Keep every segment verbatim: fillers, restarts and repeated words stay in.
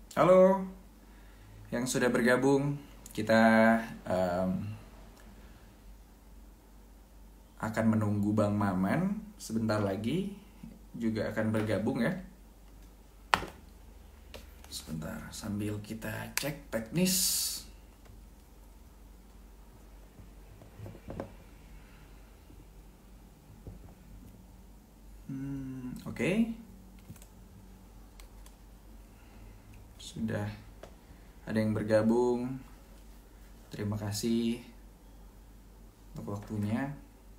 Halo yang sudah bergabung, kita em, akan menunggu Bang Maman sebentar lagi juga akan bergabung ya. Sebentar sambil kita cek teknis. Hmm, Oke, sudah ada yang bergabung. Terima kasih untuk waktunya.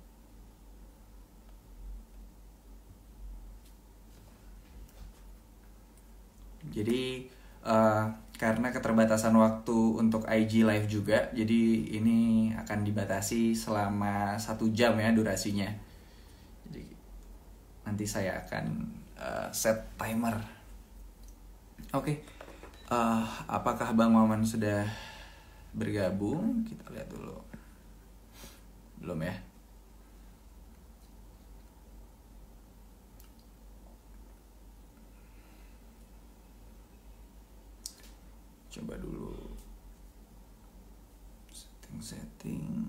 Jadi eh, karena keterbatasan waktu untuk I G Live juga, jadi ini akan dibatasi selama satu jam ya durasinya. Jadi nanti saya akan eh, set timer. Oke, Eh, apakah Bang Maman sudah bergabung? Kita lihat dulu. Belum ya? Coba dulu setting-setting.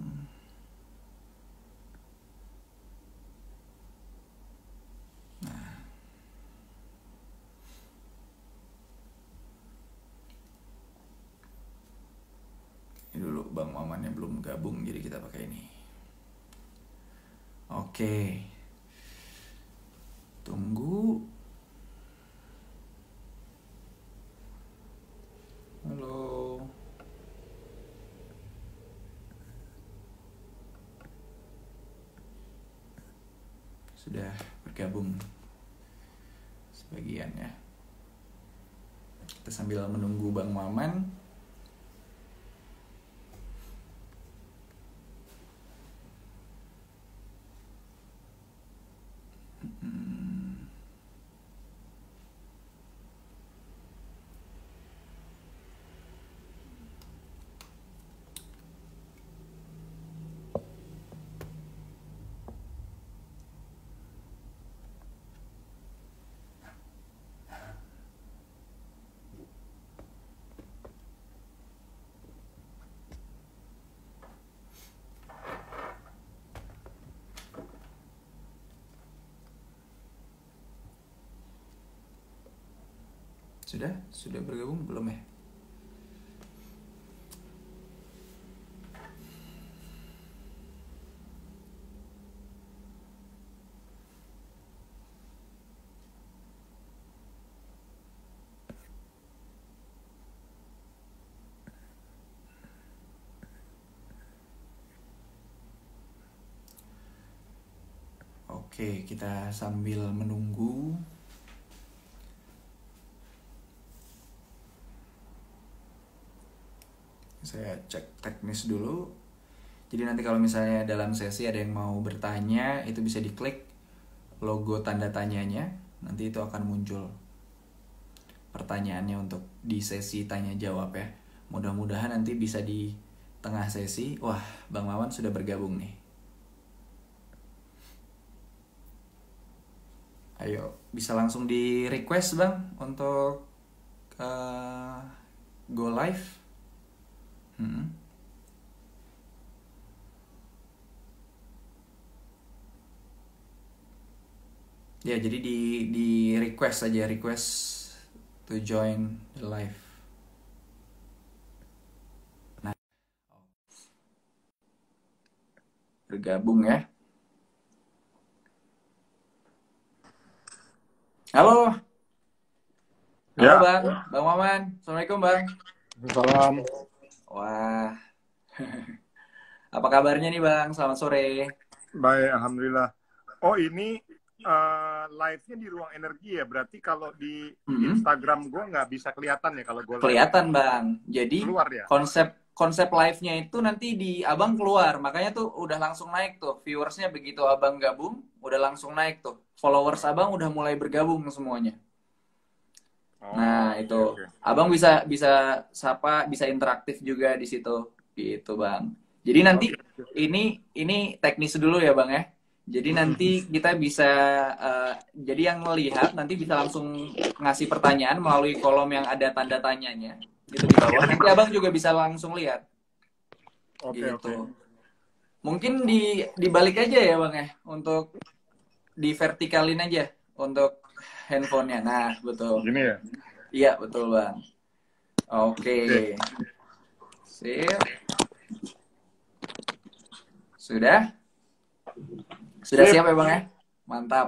Ini dulu Bang Maman yang belum gabung, jadi kita pakai ini. Oke. Tunggu. Halo. Sudah bergabung sebagian ya. Kita sambil menunggu Bang Maman. Hmm. Sudah? Sudah bergabung belum ya? Oke, kita sambil menunggu. Saya cek teknis dulu. Jadi nanti kalau misalnya dalam sesi ada yang mau bertanya, itu bisa diklik logo tanda tanyanya. Nanti itu akan muncul pertanyaannya untuk di sesi tanya jawab ya. Mudah-mudahan nanti bisa di tengah sesi. Wah, Bang Mawan sudah bergabung nih. Ayo, bisa langsung di request Bang untuk uh, go live. Hmm. Ya, jadi di di request aja, request to join the live. Nah, bergabung ya. Halo, halo Ya, Bang, Bang Maman. Assalamualaikum Bang. salam. Wah, apa kabarnya nih Bang? Selamat sore. Baik, alhamdulillah. Oh, ini eh, live-nya di ruang energi ya. Berarti kalau di Mm-mm. Instagram gue nggak bisa kelihatan ya kalau gue live ya. Kelihatan Bang. Jadi Keluar ya. konsep konsep live-nya itu nanti di Abang keluar. Makanya tuh udah langsung naik tuh. Viewersnya begitu Abang gabung, udah langsung naik tuh. Followers Abang udah mulai bergabung semuanya. Nah, Oh, itu oke oke. Abang bisa bisa sapa, bisa interaktif juga di situ. Gitu, Bang. Jadi nanti Oke. ini ini teknis dulu ya, Bang ya. Jadi Mm-mm. nanti kita bisa, eh, jadi yang melihat nanti bisa langsung ngasih pertanyaan melalui kolom yang ada tanda tanyanya, itu di bawah. Nanti abang juga bisa langsung lihat, Oke, oke. gitu. Mungkin di dibalik aja ya bang ya, untuk di vertikalin aja untuk handphonenya. Nah betul, Gini ya. iya betul bang. Oke, Oke. sip, sudah, sudah Sip. siap ya bang ya, mantap.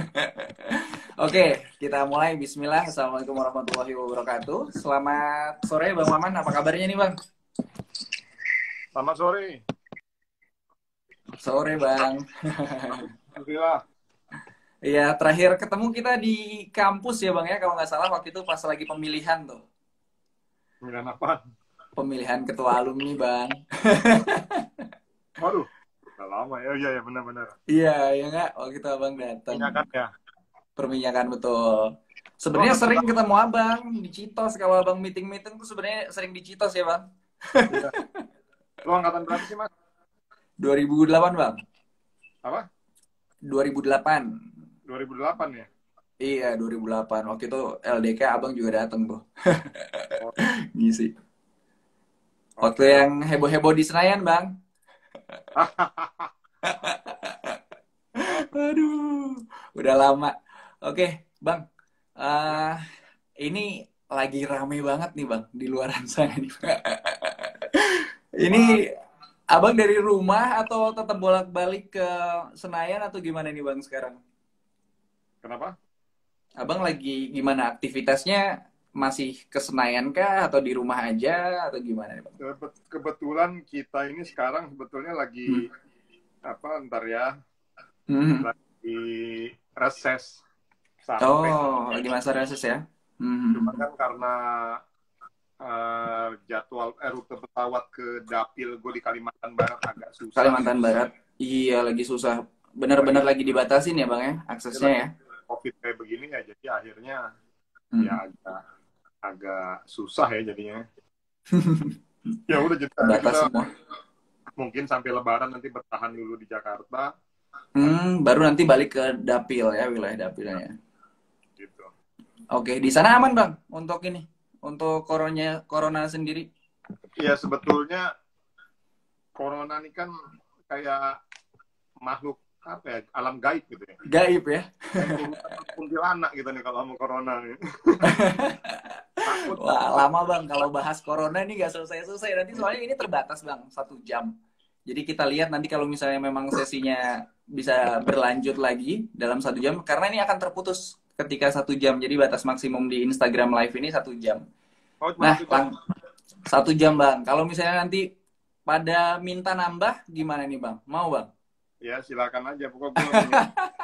Oke, kita mulai. Bismillah. Assalamualaikum warahmatullahi wabarakatuh. Selamat sore Bang Maman, apa kabarnya nih Bang? Selamat sore. Sore Bang. Alhamdulillah. Iya, terakhir ketemu kita di kampus ya Bang ya, kalau nggak salah waktu itu pas lagi pemilihan tuh. Sembilan apa? Pemilihan ketua alumni Bang. Waduh, udah lama ya. Oh, iya, ya benar-benar. Iya, ya nggak? Waktu itu Abang datang. Ingatkan ya. Perminyakan betul. Lu Sebenarnya angkatan sering berapa? ketemu Abang di Citos, kalau Abang meeting-meeting tuh sebenarnya sering di Citos ya Bang. Iya. Lu angkatan berapa sih, Mas? dua ribu delapan Bang. Apa? dua ribu delapan. dua ribu delapan ya? Iya, dua ribu delapan. Waktu itu L D K abang juga datang tuh. Oh, Ngisi. Waktu oke. yang heboh-heboh di Senayan, Bang. Oh, Aduh, udah lama. Oke, Bang. ya. Eh ini lagi rame banget nih, Bang, di luaran sana nih. Ini Wah, abang dari rumah atau tetap bolak-balik ke Senayan atau gimana nih, Bang, sekarang? kenapa? Abang lagi gimana aktivitasnya? Masih ke Senayan kah atau di rumah aja atau gimana nih, Bang? Kebe- Kebetulan kita ini sekarang sebetulnya Hmm. lagi apa ntar ya, Hmm. lagi reses sampai Oh, lagi masa reses ya? cuma Hmm. kan karena eh, jadwal eh, rute pesawat ke Dapil gue di Kalimantan Barat agak susah. Kalimantan Barat. Iya, lagi susah. Lagi Benar-benar lagi dibatasin ya, Bang ya, aksesnya lagi ya. COVID kayak begini ya, jadi akhirnya ya Hmm. agak agak susah ya jadinya. Ya udah, jadi akhirnya Terbatas kita semua. mungkin sampai Lebaran nanti bertahan dulu di Jakarta. Habis Hmm, baru nanti balik ke Dapil ya, wilayah Dapilnya. gitu. Oke, di sana aman, Bang, untuk ini. Untuk corona corona sendiri. Ya sebetulnya corona ini kan kayak makhluk apa ya, alam gaib gitu ya. Gaib ya. Kayak urusan kuntilanak gitu nih kalau sama corona nih. Takut. Wah, lama Bang kalau bahas corona ini nggak selesai-selesai. Nanti soalnya ini terbatas Bang, satu jam. Jadi kita lihat nanti kalau misalnya memang sesinya bisa berlanjut lagi dalam satu jam, karena ini akan terputus ketika satu jam. Jadi batas maksimum di Instagram Live ini satu jam. Oh, cuma Nah, satu jam. lang satu jam Bang. Kalau misalnya nanti pada minta nambah, gimana nih Bang? Mau Bang? Ya silakan aja, pokoknya gue punya.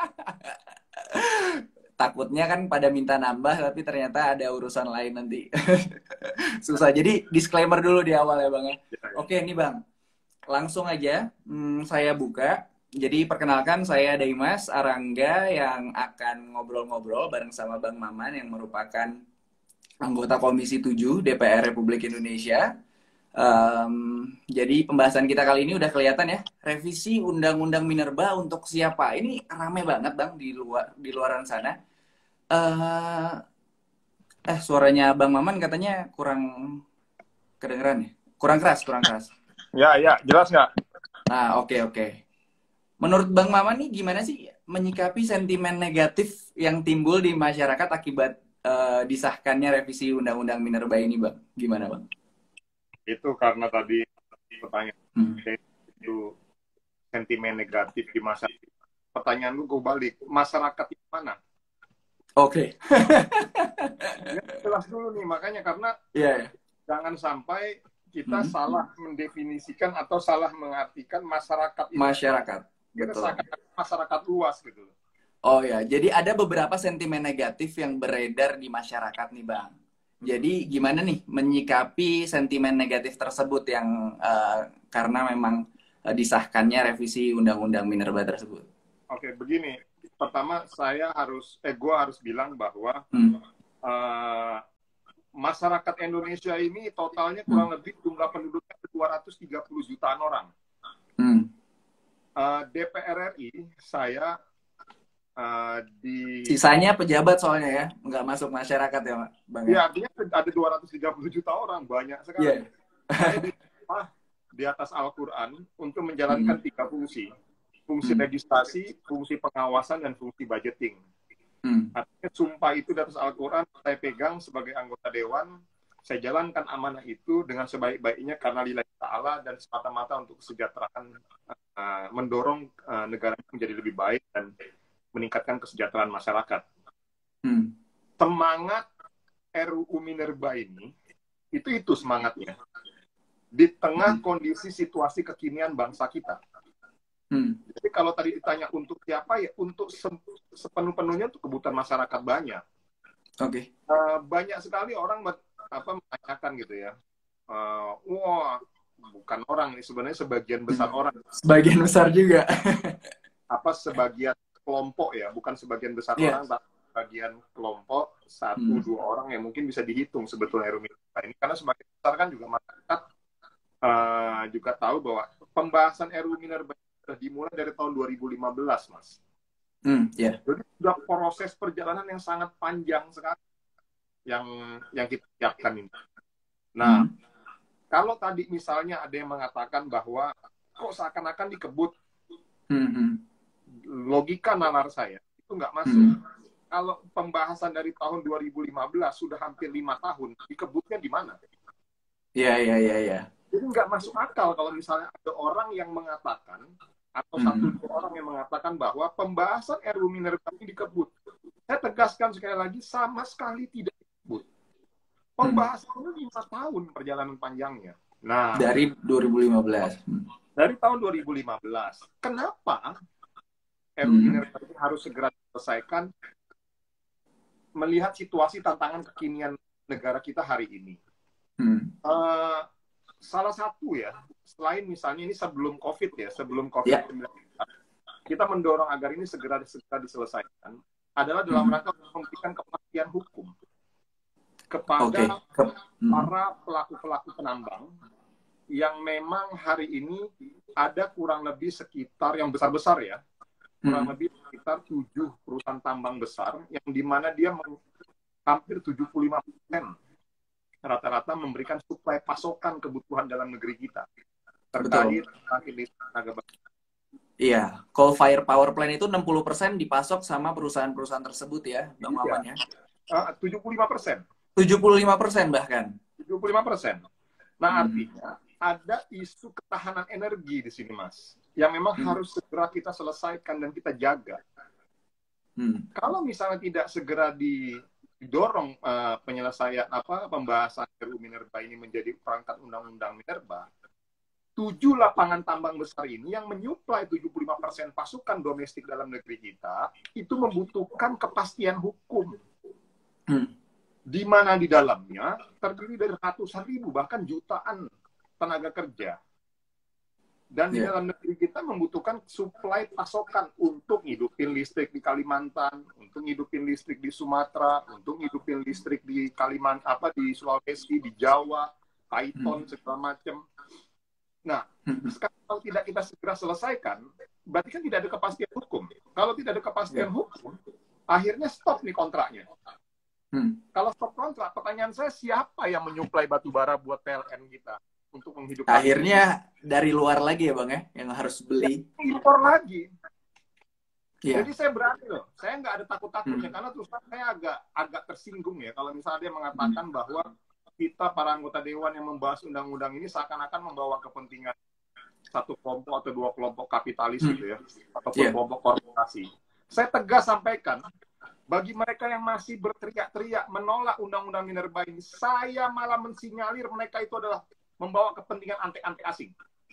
Takutnya kan pada minta nambah, tapi ternyata ada urusan lain nanti. Susah. Jadi disclaimer dulu di awal ya Bang ya. Ya, ya. Oke nih Bang, langsung aja hmm, saya buka. Jadi perkenalkan saya Daimas Arangga yang akan ngobrol-ngobrol bareng sama Bang Maman yang merupakan anggota Komisi tujuh D P R Republik Indonesia. Um, jadi pembahasan kita kali ini udah kelihatan ya, revisi Undang-Undang Minerba untuk siapa? Ini rame banget Bang di luar di luaran sana. Eh, eh suaranya Bang Maman katanya kurang kedengeran ya? Kurang keras, kurang keras. Ya, ya, jelas nggak? Nah, oke okay, oke. Okay. Menurut Bang Maman nih gimana sih menyikapi sentimen negatif yang timbul di masyarakat akibat uh, disahkannya revisi Undang-Undang Minerba ini, Bang? Gimana, Bang? Itu karena tadi pertanyaan Hmm. itu sentimen negatif di masa. Pertanyaan lu gue balik, masyarakat di mana? Oke. Ya, jelas dulu nih, makanya karena Iya, yeah. jangan sampai kita Hmm. salah mendefinisikan atau salah mengartikan masyarakat itu. Masyarakat, Kita betul. masyarakat luas gitu. Oh ya, jadi ada beberapa sentimen negatif yang beredar di masyarakat nih, Bang. Jadi gimana nih menyikapi sentimen negatif tersebut yang uh, karena memang uh, disahkannya revisi Undang-Undang Minerba tersebut? Oke, begini. Pertama, saya harus, eh, gue harus bilang bahwa Hmm. uh, masyarakat Indonesia ini totalnya kurang Hmm. lebih jumlah penduduknya dua ratus tiga puluh jutaan orang. Hmm. uh, D P R R I saya uh, di Sisanya pejabat soalnya ya, nggak masuk masyarakat ya, Bang ya? ya artinya ada dua ratus tiga puluh juta orang, banyak sekali. Yeah. Saya di, ah, di atas Al-Quran untuk menjalankan Hmm. tiga fungsi. Fungsi Hmm. legislasi, fungsi pengawasan, dan fungsi budgeting. Hmm. Artinya sumpah itu di atas Al-Quran saya pegang sebagai anggota Dewan. Saya jalankan amanah itu dengan sebaik-baiknya karena lillahi ta'ala dan semata-mata untuk kesejahteraan, uh, mendorong uh, negara menjadi lebih baik dan meningkatkan kesejahteraan masyarakat. Hmm. Semangat R U U Minerba ini, itu itu semangatnya. Di tengah Hmm. kondisi situasi kekinian bangsa kita. Hmm. Jadi kalau tadi ditanya untuk siapa, ya untuk sepenuh-penuhnya untuk kebutuhan masyarakat banyak. Oke. Okay. Uh, banyak sekali orang apa menanyakan gitu ya, uh, wah bukan orang ini sebenarnya sebagian besar Hmm. orang. Sebagian besar juga. Apa sebagian kelompok ya, bukan sebagian besar yeah. orang, tapi sebagian kelompok satu hmm. dua orang yang mungkin bisa dihitung sebetulnya R U U Minerba ini, karena sebagian besar kan juga masyarakat uh, juga tahu bahwa pembahasan R U U Minerba sudah dimulai dari tahun dua ribu lima belas, Mas. Hmm, yeah. Jadi sudah proses perjalanan yang sangat panjang sekali yang yang kita siapkan ini. Nah, hmm. kalau tadi misalnya ada yang mengatakan bahwa kok seakan-akan dikebut, hmm. logika nalar saya itu nggak masuk. Hmm. Kalau pembahasan dari tahun dua ribu lima belas sudah hampir lima tahun, dikebutnya di mana? Iya, iya, iya, iya. Jadi nggak masuk akal kalau misalnya ada orang yang mengatakan, atau hmm. satu dua orang yang mengatakan bahwa pembahasan R U U Minerba ini dikebut. Saya tegaskan sekali lagi, sama sekali tidak dikebut. Pembahasannya hmm. lima tahun perjalanan panjangnya. Nah, dari dua ribu lima belas. Dari tahun dua ribu lima belas. Kenapa R U U Minerba ini harus segera diselesaikan melihat situasi tantangan kekinian negara kita hari ini? Hmm. Uh, salah satu ya, selain misalnya ini sebelum COVID ya, sebelum COVID sembilan belas, yeah. kita mendorong agar ini segera segera diselesaikan adalah dalam hmm. rangka memberikan kepastian hukum kepada okay. hmm. para pelaku-pelaku penambang yang memang hari ini ada kurang lebih sekitar yang besar-besar ya, kurang hmm. lebih sekitar tujuh perusahaan tambang besar yang dimana dia hampir tujuh puluh lima persen rata-rata memberikan suplai pasokan kebutuhan dalam negeri kita terkait tenaga baru. Iya, coal fire power plant itu enam puluh persen dipasok sama perusahaan-perusahaan tersebut ya, Bang Maman ya. Uh, tujuh puluh lima persen. tujuh puluh lima persen bahkan. tujuh puluh lima persen. Nah, hmm. artinya ada isu ketahanan energi di sini, Mas, yang memang hmm. harus segera kita selesaikan dan kita jaga. Hmm. Kalau misalnya tidak segera didorong uh, penyelesaian apa pembahasan R U U Minerba ini menjadi perangkat undang-undang Minerba, tujuh lapangan tambang besar ini yang menyuplai tujuh puluh lima persen pasukan domestik dalam negeri kita itu membutuhkan kepastian hukum. Hmm. Di mana di dalamnya terdiri dari ratusan ribu bahkan jutaan tenaga kerja. Dan yeah. di dalam negeri kita membutuhkan suplai pasokan untuk hidupin listrik di Kalimantan, untuk hidupin listrik di Sumatera, untuk hidupin listrik di Kalimantan, apa di Sulawesi, di Jawa, Python hmm. segala macam. Nah, hmm. sekarang kalau tidak kita segera selesaikan, berarti kan tidak ada kepastian hukum. Kalau tidak ada kepastian yeah. hukum, akhirnya stop nih kontraknya. Hmm. Kalau stop kontrak, pertanyaan saya siapa yang menyuplai batu bara buat P L N kita untuk menghidupkan? Akhirnya ini? Dari luar lagi ya Bang ya, yang harus beli. Ya, impor lagi. Yeah. Jadi saya berani loh, saya nggak ada takut-takutnya, hmm. karena terus saya agak agak tersinggung ya kalau misalnya dia mengatakan hmm. bahwa kita para anggota Dewan yang membahas undang-undang ini seakan-akan membawa kepentingan satu kelompok atau dua kelompok kapitalis hmm. gitu ya, ataupun yeah. kelompok korporasi. Saya tegas sampaikan, bagi mereka yang masih berteriak-teriak menolak undang-undang Minerba ini, saya malah mensinyalir mereka itu adalah membawa kepentingan antek-antek asing.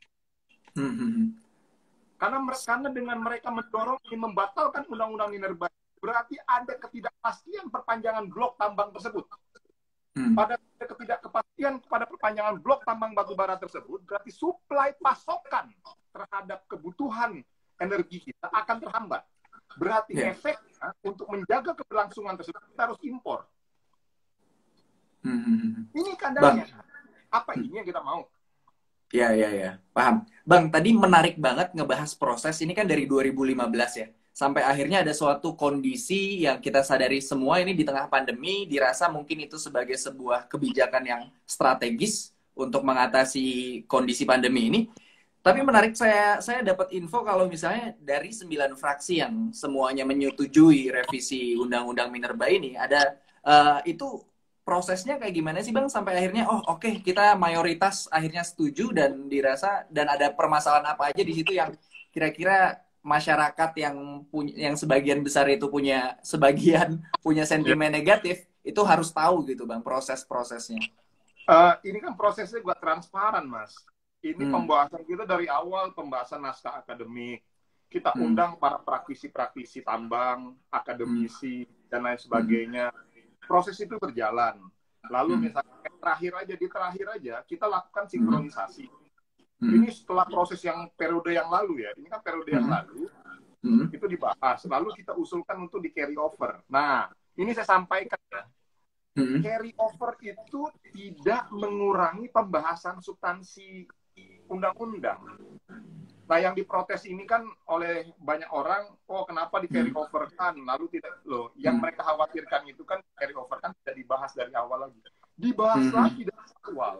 Hmm. Karena, karena dengan mereka mendorong ini membatalkan undang-undang Minerba, berarti ada ketidakpastian perpanjangan blok tambang tersebut. Hmm. Pada ketidakpastian pada perpanjangan blok tambang batubara tersebut, berarti suplai pasokan terhadap kebutuhan energi kita akan terhambat. Berarti yeah. efeknya untuk menjaga keberlangsungan tersebut kita harus impor. Hmm. Ini keadaannya. Apa ini yang kita mau? Ya, ya, ya. Paham. Bang, tadi menarik banget ngebahas proses ini kan dari dua ribu lima belas ya. Sampai akhirnya ada suatu kondisi yang kita sadari semua ini di tengah pandemi, dirasa mungkin itu sebagai sebuah kebijakan yang strategis untuk mengatasi kondisi pandemi ini. Tapi menarik, saya saya dapat info kalau misalnya dari sembilan fraksi yang semuanya menyetujui revisi Undang-Undang Minerba ini, ada eh, itu prosesnya kayak gimana sih Bang sampai akhirnya oh oke okay, kita mayoritas akhirnya setuju dan dirasa dan ada permasalahan apa aja di situ yang kira-kira masyarakat yang punya yang sebagian besar itu punya sebagian punya Ya. sentimen negatif itu harus tahu gitu Bang proses-prosesnya. Uh, ini kan prosesnya gak transparan, Mas. Ini Hmm. pembahasan kita dari awal, pembahasan naskah akademik. Kita Hmm. undang para praktisi-praktisi tambang, akademisi, hmm. dan lain sebagainya. Proses itu berjalan. Lalu Hmm. misalnya terakhir aja, di terakhir aja, kita lakukan sinkronisasi. Hmm. Ini setelah proses yang periode yang lalu ya. Ini kan periode yang Hmm. lalu. Hmm. Itu dibahas. Lalu kita usulkan untuk di carry over. Nah, ini saya sampaikan ya. Hmm. Carry over itu tidak mengurangi pembahasan substansi undang-undang. Nah, yang diprotes ini kan oleh banyak orang, oh kenapa di carry over kan, lalu tidak loh. Yang mereka khawatirkan itu kan carry over kan tidak dibahas dari awal lagi. Dibahas hmm. lagi dari awal.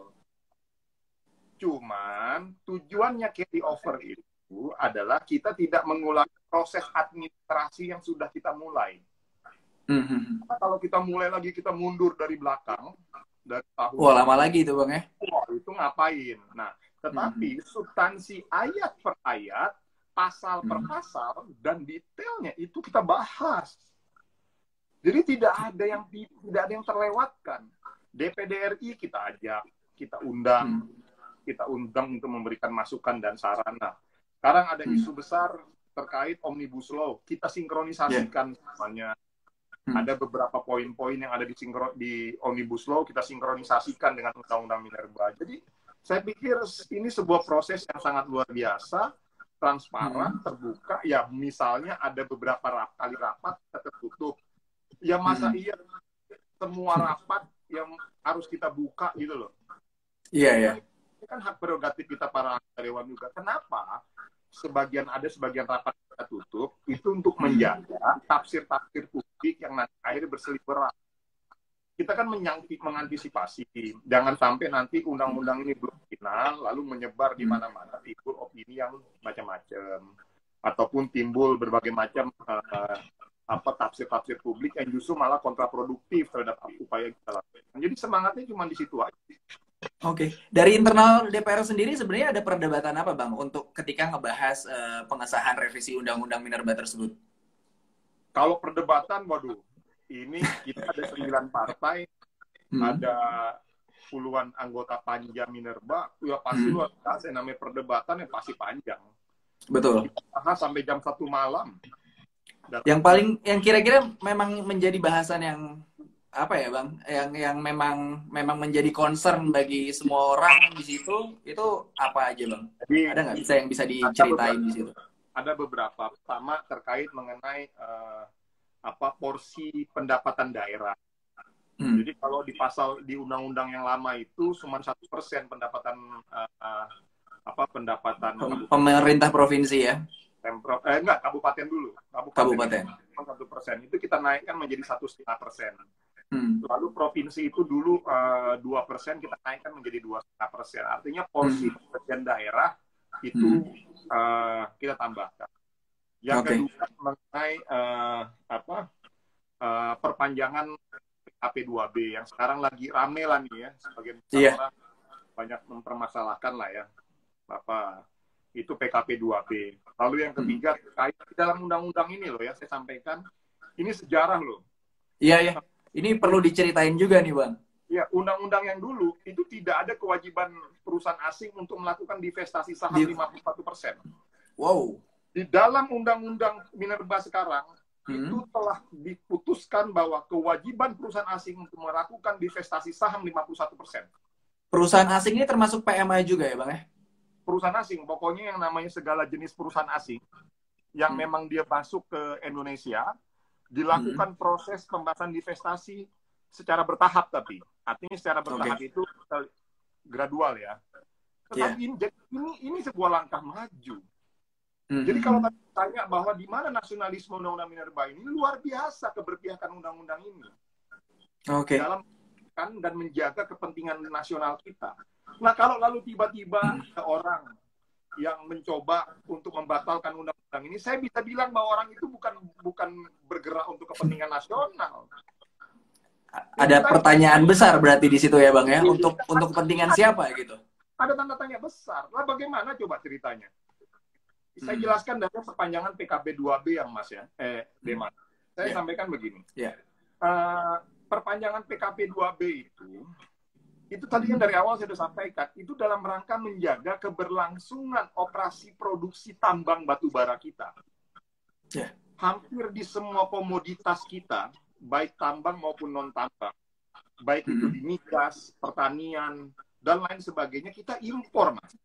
Cuman tujuannya carry over itu adalah kita tidak mengulangi proses administrasi yang sudah kita mulai. Hmm. Nah, kalau kita mulai lagi, kita mundur dari belakang, dari tahun. Wah, lama lagi itu Bang ya? Wah, itu ngapain? Nah, tetapi hmm. substansi ayat per ayat, pasal hmm. per pasal, dan detailnya itu kita bahas. Jadi tidak ada yang tidak ada yang terlewatkan. D P D R I kita ajak, kita undang, hmm. kita undang untuk memberikan masukan dan saran. Nah, sekarang ada hmm. isu besar terkait Omnibus Law, kita sinkronisasikan yeah. semuanya. Hmm. Ada beberapa poin-poin yang ada di, sinkro, di Omnibus Law, kita sinkronisasikan dengan Undang-Undang Minerba. Jadi, saya pikir ini sebuah proses yang sangat luar biasa, transparan, hmm. terbuka. Ya, misalnya ada beberapa rap, kali rapat tertutup. Ya, masa hmm. iya semua rapat yang harus kita buka gitu loh. Iya, iya. Ini kan hak prerogatif kita para karyawan juga. Kenapa? Sebagian ada sebagian rapat kita tutup itu untuk menjaga tafsir-tafsir publik yang nanti akhirnya berseliweran. Kita kan menyangki, mengantisipasi jangan sampai nanti undang-undang ini belum final lalu menyebar di mana-mana timbul opini yang macam-macam ataupun timbul berbagai macam uh, apa tafsir-tafsir publik yang justru malah kontraproduktif terhadap upaya kita lakukan. Jadi semangatnya cuma di situ aja. Oke, okay. Dari internal D P R sendiri sebenarnya ada perdebatan apa Bang untuk ketika ngebahas uh, pengesahan revisi Undang-Undang Minerba tersebut? Kalau perdebatan, waduh, ini kita ada sembilan partai, hmm. ada puluhan anggota panja Minerba, ya pasti hmm. luar biasa, namanya perdebatan yang pasti panjang. Betul. Kita bahas sampai jam satu malam. Dan yang paling, yang kira-kira memang menjadi bahasan yang apa ya Bang, yang yang memang memang menjadi concern bagi semua orang di situ itu apa aja Bang? Jadi, ada nggak bisa yang bisa diceritain di situ? Ada beberapa. Pertama terkait mengenai uh, apa porsi pendapatan daerah. Hmm. Jadi kalau di pasal di undang-undang yang lama itu cuma satu persen pendapatan uh, uh, apa pendapatan pemerintah provinsi ya? Pemprov, eh enggak kabupaten dulu. Kabupaten. Satu persen itu kita naikkan menjadi satu setengah persen. Hmm. Lalu provinsi itu dulu dua uh, persen kita naikkan menjadi dua setengah persen. Artinya porsi hmm. bagian daerah itu hmm. uh, kita tambahkan. Yang okay. kedua mengenai uh, apa uh, perpanjangan P K P dua B yang sekarang lagi rame lah nih ya, sebagian besar yeah. orang banyak mempermasalahkan lah ya, apa itu P K P dua B. Lalu yang ketiga terkait di dalam undang-undang ini loh ya, saya sampaikan ini sejarah loh. Iya yeah, ya. Yeah. Ini perlu diceritain juga nih Bang. Ya, undang-undang yang dulu itu tidak ada kewajiban perusahaan asing untuk melakukan divestasi saham di... lima puluh satu persen. Wow. Di dalam undang-undang Minerba sekarang hmm. itu telah diputuskan bahwa kewajiban perusahaan asing untuk melakukan divestasi saham lima puluh satu persen. Perusahaan asing ini termasuk P M A juga ya Bang ya? Perusahaan asing, pokoknya yang namanya segala jenis perusahaan asing yang hmm. memang dia masuk ke Indonesia dilakukan hmm. proses pembahasan divestasi secara bertahap, tapi artinya secara bertahap okay. itu gradual ya. Tetapi yeah. ini, ini ini sebuah langkah maju. Mm-hmm. Jadi kalau tanya bahwa di mana nasionalisme Undang-Undang Minerba ini, luar biasa keberpihakan undang-undang ini. Oke. Okay. Dalam kan dan menjaga kepentingan nasional kita. Nah, kalau lalu tiba-tiba ada orang yang mencoba untuk membatalkan undang-undang ini, saya bisa bilang bahwa orang itu bukan bukan bergerak untuk kepentingan nasional. Ada kita, pertanyaan besar berarti di situ ya Bang ya, untuk untuk kepentingan siapa gitu? Ada tanda tanya besar. Lah bagaimana coba ceritanya? Saya jelaskan dari perpanjangan P K B dua B yang Mas ya, eh Deman. Saya yeah. sampaikan begini. Yeah. Uh, perpanjangan P K B dua B itu itu tadi yang dari awal saya sudah sampaikan, itu dalam rangka menjaga keberlangsungan operasi produksi tambang batu bara kita. Yeah. Hampir di semua komoditas kita, baik tambang maupun non-tambang, baik mm-hmm. itu di migas, pertanian, dan lain sebagainya, kita impor, Mas.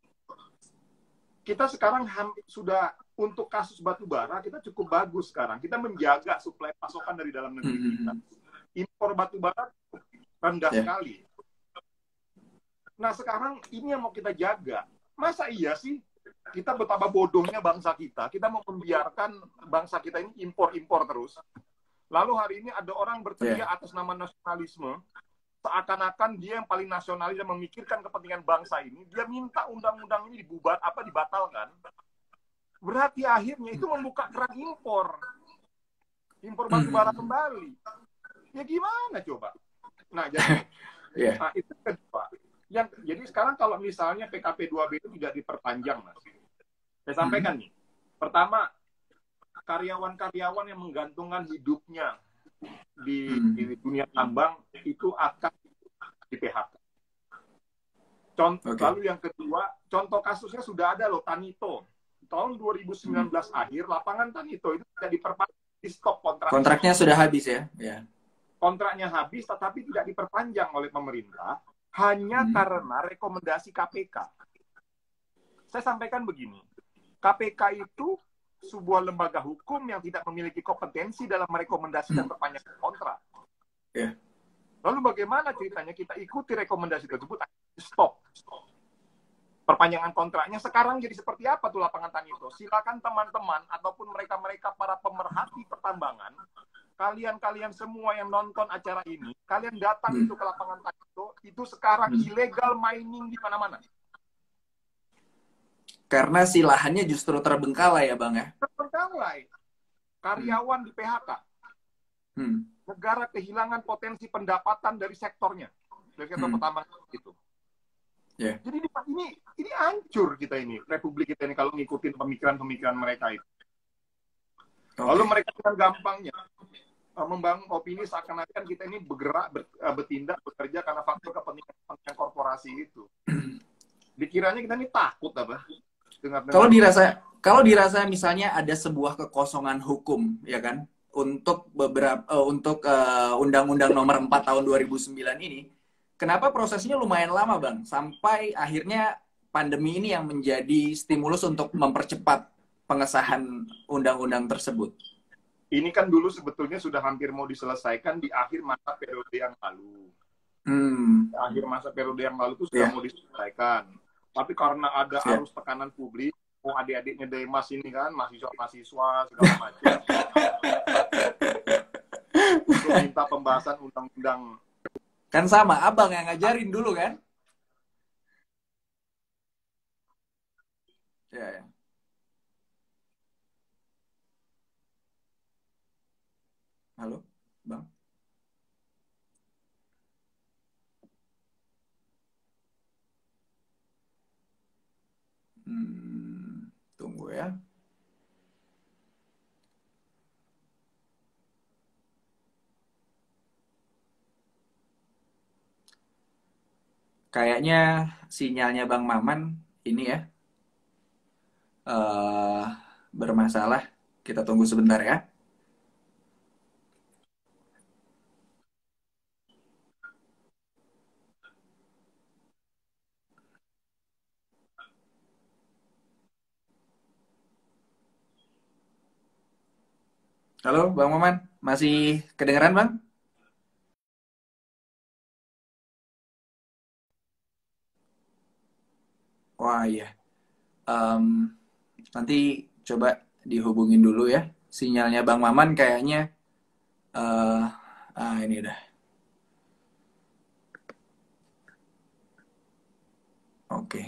Kita sekarang sudah, untuk kasus batu bara, kita cukup bagus sekarang. Kita menjaga suplai pasokan dari dalam negeri mm-hmm. kita. Impor batu bara rendah yeah. sekali. Nah, sekarang ini yang mau kita jaga. Masa iya sih kita betapa bodohnya bangsa kita, kita mau membiarkan bangsa kita ini impor-impor terus. Lalu hari ini ada orang berteriak yeah. atas nama nasionalisme, seakan-akan dia yang paling nasionalis dan memikirkan kepentingan bangsa ini, dia minta undang-undang ini dibubar, apa dibatalkan. Berarti akhirnya itu membuka keran impor. Impor batu bara kembali. Ya gimana coba? Nah, jadi yeah. nah, itu kedua. Yang, jadi sekarang kalau misalnya P K P dua B itu tidak diperpanjang, Mas. Saya sampaikan nih. Pertama, karyawan-karyawan yang menggantungkan hidupnya di, hmm. di dunia tambang itu akan di P H K. Contoh, okay. Lalu yang kedua, contoh kasusnya sudah ada loh, Tanito. Tahun dua ribu sembilan belas hmm. akhir, lapangan Tanito itu tidak diperpanjang, di stop kontrak. Kontraknya sudah habis ya? Ya. Kontraknya habis, tetapi tidak diperpanjang oleh pemerintah, hanya hmm. karena rekomendasi K P K. Saya sampaikan begini, K P K itu sebuah lembaga hukum yang tidak memiliki kompetensi dalam merekomendasikan perpanjangan kontrak. Yeah. Lalu bagaimana ceritanya kita ikuti rekomendasi tersebut? Stop. Perpanjangan kontraknya sekarang jadi seperti apa tuh lapangan Tanito? Silakan teman-teman ataupun mereka-mereka para pemerhati pertambangan, kalian-kalian semua yang nonton acara ini, kalian datang hmm. itu ke lapangan Tanito, itu sekarang hmm. illegal mining di mana-mana. Karena si lahannya justru terbengkalai ya Bang ya? Terbengkalai. Karyawan hmm. di P H K. Hmm. Negara kehilangan potensi pendapatan dari sektornya. Dari sektor hmm. pertambangan itu. Yeah. Jadi ini ini hancur kita ini, republik kita ini kalau ngikutin pemikiran-pemikiran mereka itu. Okay. Lalu mereka dengan gampangnya membangun opini seakan-akan kita ini bergerak, bertindak, bekerja karena faktor kepentingan korporasi itu. Dikiranya kita ini takut apa? Dengar-dengar. Kalau dirasa kalau dirasa misalnya ada sebuah kekosongan hukum, ya kan, untuk beberapa uh, untuk uh, Undang-Undang Nomor empat Tahun dua ribu sembilan ini, kenapa prosesnya lumayan lama, Bang? Sampai akhirnya pandemi ini yang menjadi stimulus untuk mempercepat pengesahan undang-undang tersebut. Ini kan dulu sebetulnya sudah hampir mau diselesaikan di akhir masa periode yang lalu. Hmm. Akhir masa periode yang lalu itu sudah yeah. mau diselesaikan. Tapi karena ada yeah. arus tekanan publik, oh adik-adiknya Demas ini kan, mahasiswa-mahasiswa, segala macam. Untuk minta pembahasan undang-undang. Kan sama, abang yang ngajarin dulu kan? Ya, ya. Halo, Bang? Hmm, tunggu ya. Kayaknya sinyalnya Bang Maman ini ya uh, bermasalah. Kita tunggu sebentar ya. Halo Bang Maman, masih kedengeran Bang? Wah iya. Um, nanti coba dihubungin dulu ya. Sinyalnya Bang Maman kayaknya uh, ah ini udah. Oke.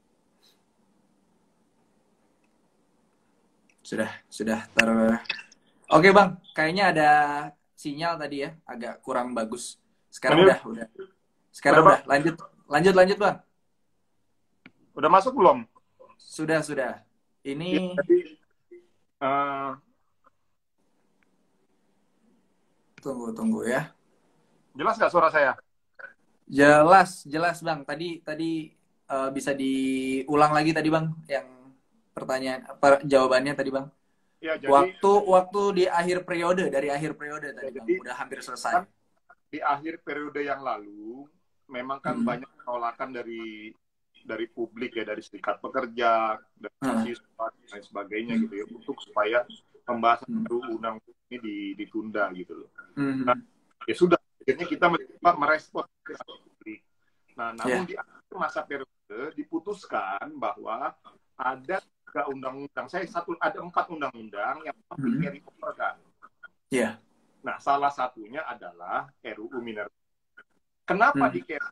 Sudah, sudah ter Oke Bang, kayaknya ada sinyal tadi ya, agak kurang bagus. Sekarang Ini udah, udah. Sekarang udah, udah. Bang? Lanjut, lanjut, lanjut Bang. Udah masuk belum? Sudah, sudah. Ya, Ini jadi uh, tunggu, tunggu ya. jelas nggak suara saya? Jelas, jelas Bang. Tadi, tadi uh, bisa diulang lagi tadi Bang, yang pertanyaan, per, jawabannya tadi Bang. Ya, jadi Waktu, waktu di akhir periode, dari akhir periode ya, tadi Bang, jadi udah hampir kan selesai. di akhir periode yang lalu memang kan Hmm. banyak penolakan dari dari publik ya, dari serikat pekerja, dari mahasiswa dan lain sebagainya gitu ya, untuk supaya pembahasan Hmm. undang ini ditunda gitu loh. Hmm. Nah, ya sudah, akhirnya kita mencoba merespon publik. Nah, namun Ya. di akhir masa periode diputuskan bahwa ada tiga undang-undang, saya satu ada empat undang-undang yang di Hmm. carry over kan. Ya. Nah, salah satunya adalah R U U Minerba. Kenapa Hmm. di carry?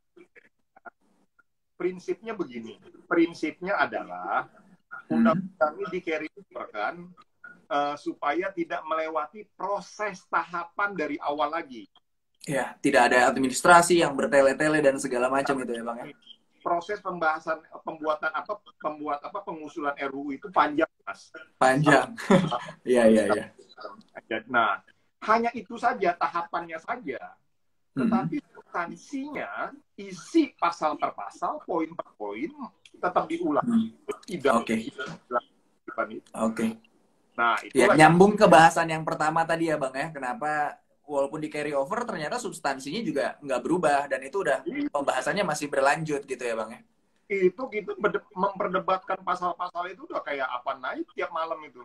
Prinsipnya begini, prinsipnya adalah undang-undang ini di carry over kan uh, supaya tidak melewati proses tahapan dari awal lagi. Ya, tidak ada administrasi yang bertele-tele dan segala macam itu ya Bang ya. Proses pembahasan pembuatan apa pembuat apa pengusulan R U U itu panjang Mas. Panjang. Iya, iya, iya. Nah, hanya itu saja tahapannya saja. Tetapi Hmm. substansinya, isi pasal per pasal, poin per poin tetap diulang. Hmm. Tidak. Oke. Okay. Oke. Nah, ya, itulah nyambung yang... ke bahasan yang pertama tadi ya Bang ya. Kenapa walaupun di carry over ternyata substansinya juga nggak berubah dan itu udah pembahasannya masih berlanjut gitu ya Bang ya. Itu gitu memperdebatkan pasal-pasal itu udah kayak apa naik tiap malam itu.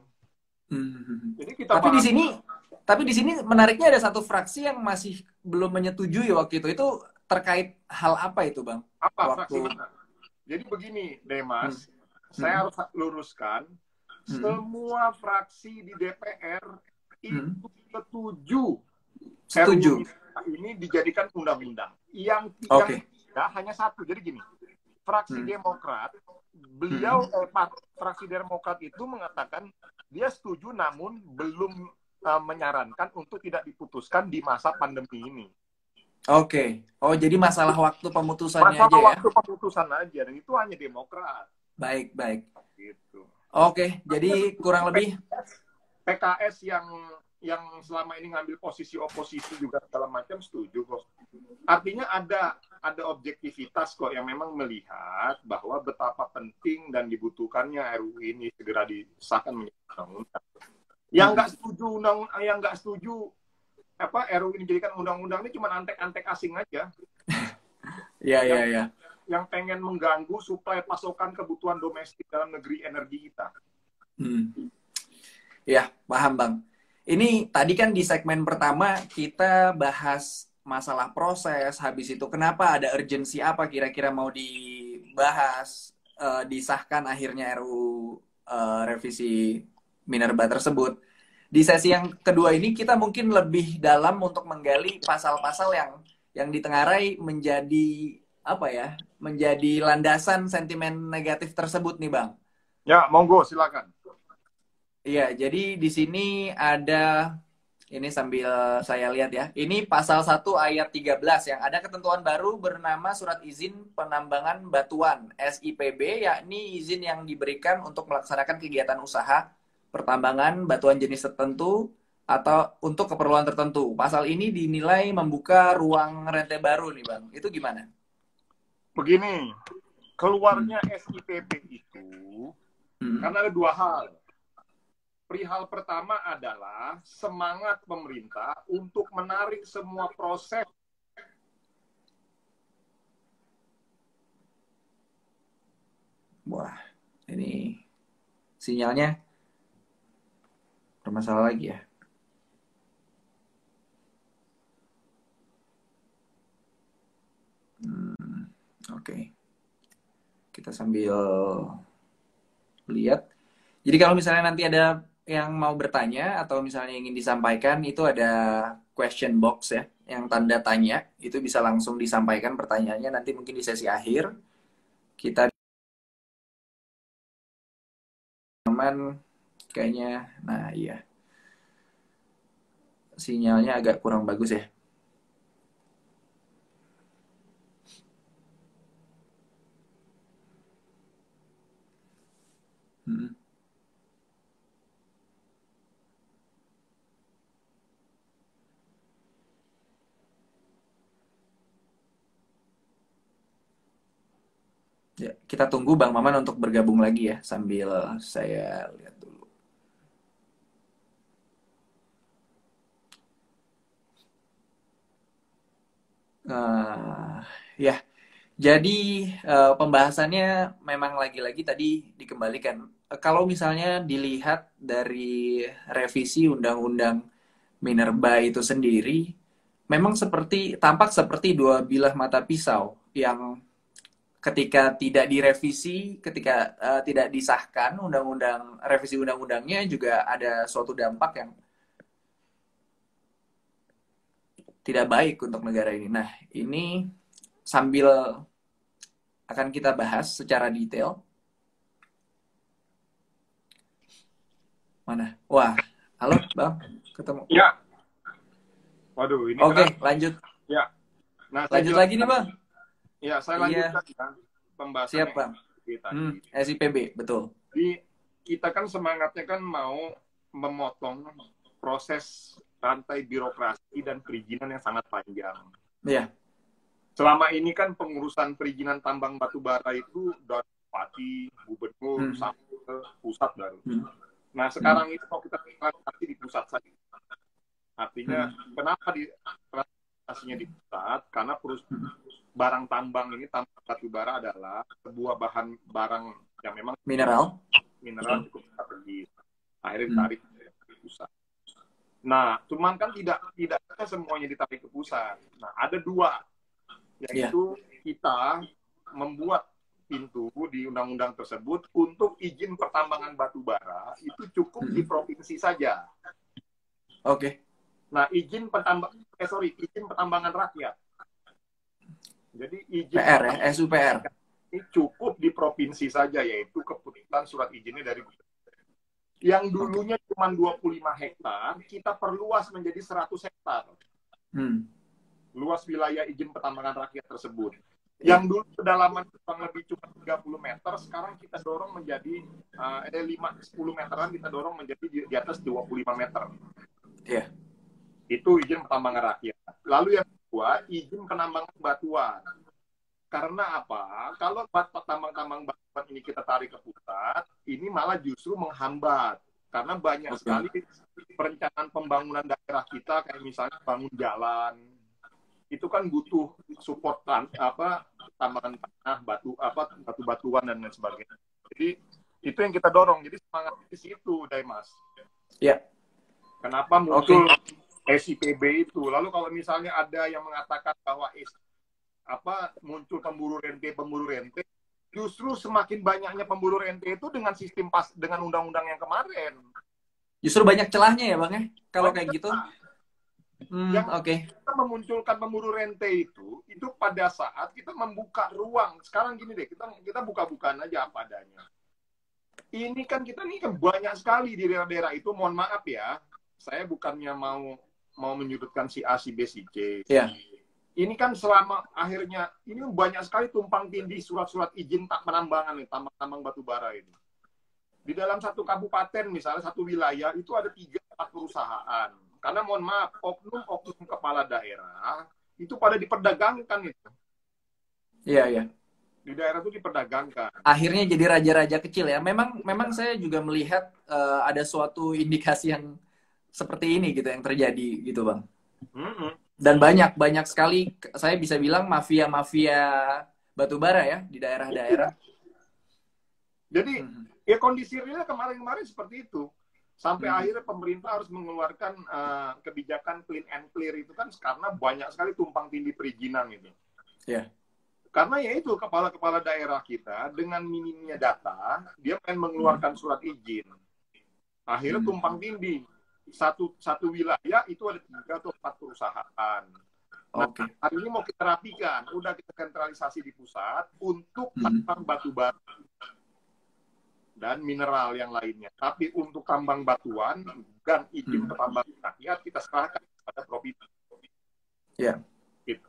Hmm. Jadi kita tapi bahas... di sini tapi di sini menariknya ada satu fraksi yang masih belum menyetujui waktu itu. Itu terkait hal apa itu Bang? Apa waktu... fraksi mana? Jadi begini, Demas, hmm. saya hmm. harus luruskan, hmm. semua fraksi di D P R itu hmm. setuju, setuju. R U U ini dijadikan undang-undang. Yang okay. tidak hanya satu. Jadi gini, fraksi hmm. Demokrat, beliau hmm. eh, fraksi Demokrat itu mengatakan dia setuju, namun belum uh, menyarankan untuk tidak diputuskan di masa pandemi ini. Oke. Okay. Oh, jadi masalah waktu pemutusannya masalah aja ya? waktu pemutusan aja, dan itu hanya Demokrat. Baik, baik. Gitu. Oke, okay. jadi kurang lebih P K S yang yang selama ini ngambil posisi oposisi juga segala macam setuju kok. Artinya ada ada objektivitas kok yang memang melihat bahwa betapa penting dan dibutuhkannya R U U ini segera disahkan menjadi undang-undang. Yang nggak setuju undang yang nggak setuju apa R U U ini dijadikan undang-undang ini cuma antek-antek asing aja. Iya, iya, iya. Yang pengen mengganggu suplai pasokan kebutuhan domestik dalam negeri energi kita. Hmm. Ya, paham Bang. Ini tadi kan di segmen pertama kita bahas masalah proses, habis itu kenapa ada urgensi apa kira-kira mau dibahas, uh, disahkan akhirnya R U U uh, revisi Minerba tersebut. Di sesi yang kedua ini kita mungkin lebih dalam untuk menggali pasal-pasal yang yang ditengarai menjadi apa ya, menjadi landasan sentimen negatif tersebut nih Bang. Ya, monggo silakan. Iya, jadi di sini ada, ini sambil saya lihat ya, ini pasal satu ayat tiga belas yang ada ketentuan baru bernama Surat Izin Penambangan Batuan S I P B, yakni izin yang diberikan untuk melaksanakan kegiatan usaha pertambangan batuan jenis tertentu atau untuk keperluan tertentu. Pasal ini dinilai membuka ruang rente baru nih Bang. Itu gimana? Begini, keluarnya hmm. S I P B itu hmm. karena ada dua hal. Perihal pertama adalah semangat pemerintah untuk menarik semua proses. Wah, ini sinyalnya bermasalah lagi ya. Hmm, oke. Okay. kita sambil lihat. Jadi kalau misalnya nanti ada yang mau bertanya atau misalnya ingin disampaikan, itu ada question box ya, yang tanda tanya, itu bisa langsung disampaikan pertanyaannya nanti mungkin di sesi akhir. Kita teman kayaknya, nah iya. Sinyalnya agak kurang bagus ya. Hmm. Ya, kita tunggu Bang Maman untuk bergabung lagi ya, sambil saya lihat dulu. Uh, ya, jadi uh, pembahasannya memang lagi-lagi tadi dikembalikan. Uh, kalau misalnya dilihat dari revisi Undang-Undang Minerba itu sendiri, memang seperti tampak seperti dua bilah mata pisau yang ketika tidak direvisi, ketika uh, tidak disahkan undang-undang revisi undang-undangnya juga ada suatu dampak yang tidak baik untuk negara ini. Nah, ini sambil akan kita bahas secara detail. Mana? Wah, halo Bang, ketemu. Ya. Waduh, ini Oke, kenapa? lanjut. Ya. Nah, lanjut lagi nih Bang. Ya, saya iya. lanjutkan ya pembahasan. Siap Bang. Hmm, S I P B, betul. Jadi kita kan semangatnya kan mau memotong proses rantai birokrasi dan perizinan yang sangat panjang. Iya. Selama ini kan pengurusan perizinan tambang batu bara itu dari bupati, gubernur, hmm. sampai ke pusat baru. Hmm. Nah sekarang hmm. itu kalau kita transaksi di pusat saja. Artinya hmm. kenapa di transaksinya di pusat? Karena perusahaan barang tambang ini, tambang batu bara adalah sebuah bahan barang yang memang mineral, mineral cukup strategis. Akhirnya ditarik hmm. ke pusat. Nah, cuman kan tidak tidak semuanya ditarik ke pusat. Nah, ada dua, yaitu yeah. kita membuat pintu di undang-undang tersebut untuk izin pertambangan batu bara itu cukup hmm. di provinsi saja. Oke. Okay. Nah, izin pertambang eh sorry, izin pertambangan rakyat. Jadi izin P R ya, S U P R. Ini cukup di provinsi saja, yaitu keputusan surat izinnya dari gubernur. Yang dulunya cuma dua puluh lima hektar, kita perluas menjadi seratus hektar. Hmm. Luas wilayah izin pertambangan rakyat tersebut. Yang dulu kedalaman kurang lebih cuma tiga puluh meter, sekarang kita dorong menjadi uh, eh, lima sampai sepuluh meteran, kita dorong menjadi di, di atas dua puluh lima meter. Iya. Yeah. Itu izin pertambangan rakyat. Lalu yang kedua, izin penambangan batuan. Karena apa? Kalau tambang-tambang batuan ini kita tarik ke pusat, ini malah justru menghambat. Karena banyak okay. sekali perencanaan pembangunan daerah kita, kayak misalnya bangun jalan, itu kan butuh support apa tambangan tanah, batu apa batu-batuan dan lain sebagainya. Jadi itu yang kita dorong. Jadi semangat di situ, Daimas. Ya. Yeah. Kenapa muncul okay. S I P B itu? Lalu kalau misalnya ada yang mengatakan bahwa apa muncul pemburu rente pemburu rente justru semakin banyaknya pemburu rente itu dengan sistem pas dengan undang-undang yang kemarin justru banyak celahnya ya Bang ya kalau kayak gitu. Hmm, yang oke. Okay. Kita memunculkan pemburu rente itu itu pada saat kita membuka ruang. Sekarang gini deh, kita kita buka-bukaan aja apa adanya. Ini kan kita nih kan banyak sekali di daerah-daerah itu, mohon maaf ya, saya bukannya mau mau menyudutkan si A si B si C. Iya. Yeah. Ini kan selama akhirnya ini banyak sekali tumpang tindih surat-surat izin tak penambangan nih, tambang-tambang batu bara ini. Di dalam satu kabupaten misalnya satu wilayah itu ada tiga empat perusahaan. Karena mohon maaf, oknum-oknum kepala daerah itu pada diperdagangkan itu. Iya, iya. Di daerah itu diperdagangkan. Akhirnya jadi raja-raja kecil ya. Memang memang saya juga melihat uh, ada suatu indikasi yang seperti ini gitu yang terjadi gitu, Bang. Mm-hmm. Dan banyak banyak sekali saya bisa bilang mafia-mafia batubara ya di daerah-daerah. Jadi hmm. ya kondisi realnya kemarin-kemarin seperti itu. Sampai hmm. akhirnya pemerintah harus mengeluarkan uh, kebijakan clean and clear itu kan karena banyak sekali tumpang tindih perizinan itu. Yeah. Karena ya itu kepala-kepala daerah kita dengan minimnya data, dia pengen mengeluarkan surat izin. Akhirnya tumpang tindih. Satu satu wilayah itu ada tiga atau empat perusahaan. Nah, Oke. hari ini mau kita rapikan, udah kita sentralisasi di pusat untuk tambang batu bara dan mineral yang lainnya. Tapi untuk tambang batuan dan izin hmm. tambang rakyat kita serahkan pada provinsi. Ya. Gitu.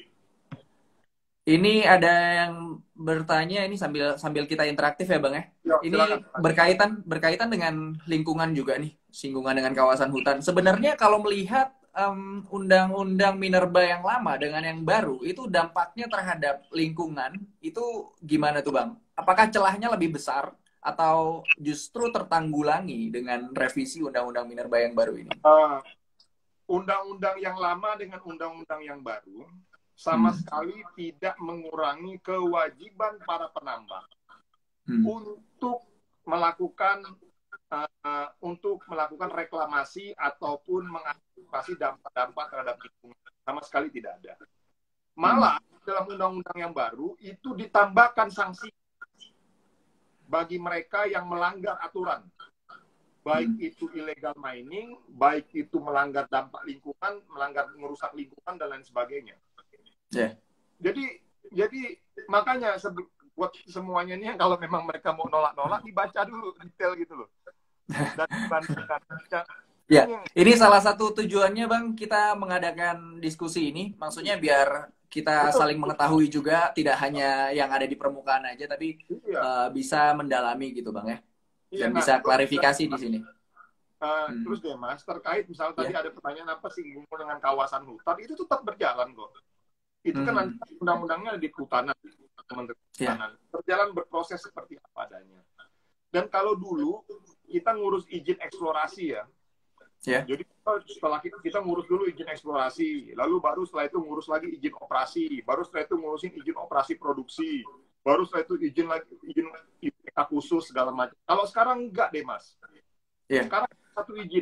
Ini ada yang bertanya ini sambil sambil kita interaktif ya Bang ya. Ya, ini silakan. berkaitan berkaitan dengan lingkungan juga nih, singgungan dengan kawasan hutan. Sebenarnya kalau melihat um, undang-undang minerba yang lama dengan yang baru, itu dampaknya terhadap lingkungan itu gimana tuh Bang? Apakah celahnya lebih besar atau justru tertanggulangi dengan revisi undang-undang minerba yang baru ini? Uh, undang-undang yang lama dengan undang-undang yang baru sama hmm. sekali tidak mengurangi kewajiban para penambang hmm. untuk melakukan uh, untuk melakukan reklamasi ataupun mengantisipasi dampak-dampak terhadap lingkungan. Sama sekali tidak ada. Malah hmm. dalam undang-undang yang baru itu ditambahkan sanksi bagi mereka yang melanggar aturan. Baik hmm. itu illegal mining, baik itu melanggar dampak lingkungan, melanggar merusak lingkungan dan lain sebagainya. Yeah. Jadi, jadi makanya buat semuanya ini kalau memang mereka mau nolak-nolak dibaca dulu detail gitu loh. Dan dibandingkan. Ya, ini salah satu tujuannya Bang kita mengadakan diskusi ini, maksudnya biar kita saling mengetahui juga, tidak hanya yang ada di permukaan aja, tapi iya. uh, bisa mendalami gitu Bang ya, dan iya, nah, bisa klarifikasi terus, di sini. Uh, hmm. Terus deh Mas, terkait misalnya yeah. tadi ada pertanyaan apa sih dengan kawasan hutan, itu tetap berjalan kok. Itu kan nanti hmm. undang-undangnya di kehutanan, Kementerian Kehutanan. Yeah. Berjalan berproses seperti apa adanya. Dan kalau dulu kita ngurus izin eksplorasi ya. Yeah. Jadi setelah kita, kita ngurus dulu izin eksplorasi, lalu baru setelah itu ngurus lagi izin operasi, baru setelah itu ngurusin izin operasi produksi, baru setelah itu izin lagi izin I P K khusus segala macam. Kalau sekarang enggak deh Mas. Yeah. Sekarang satu izin.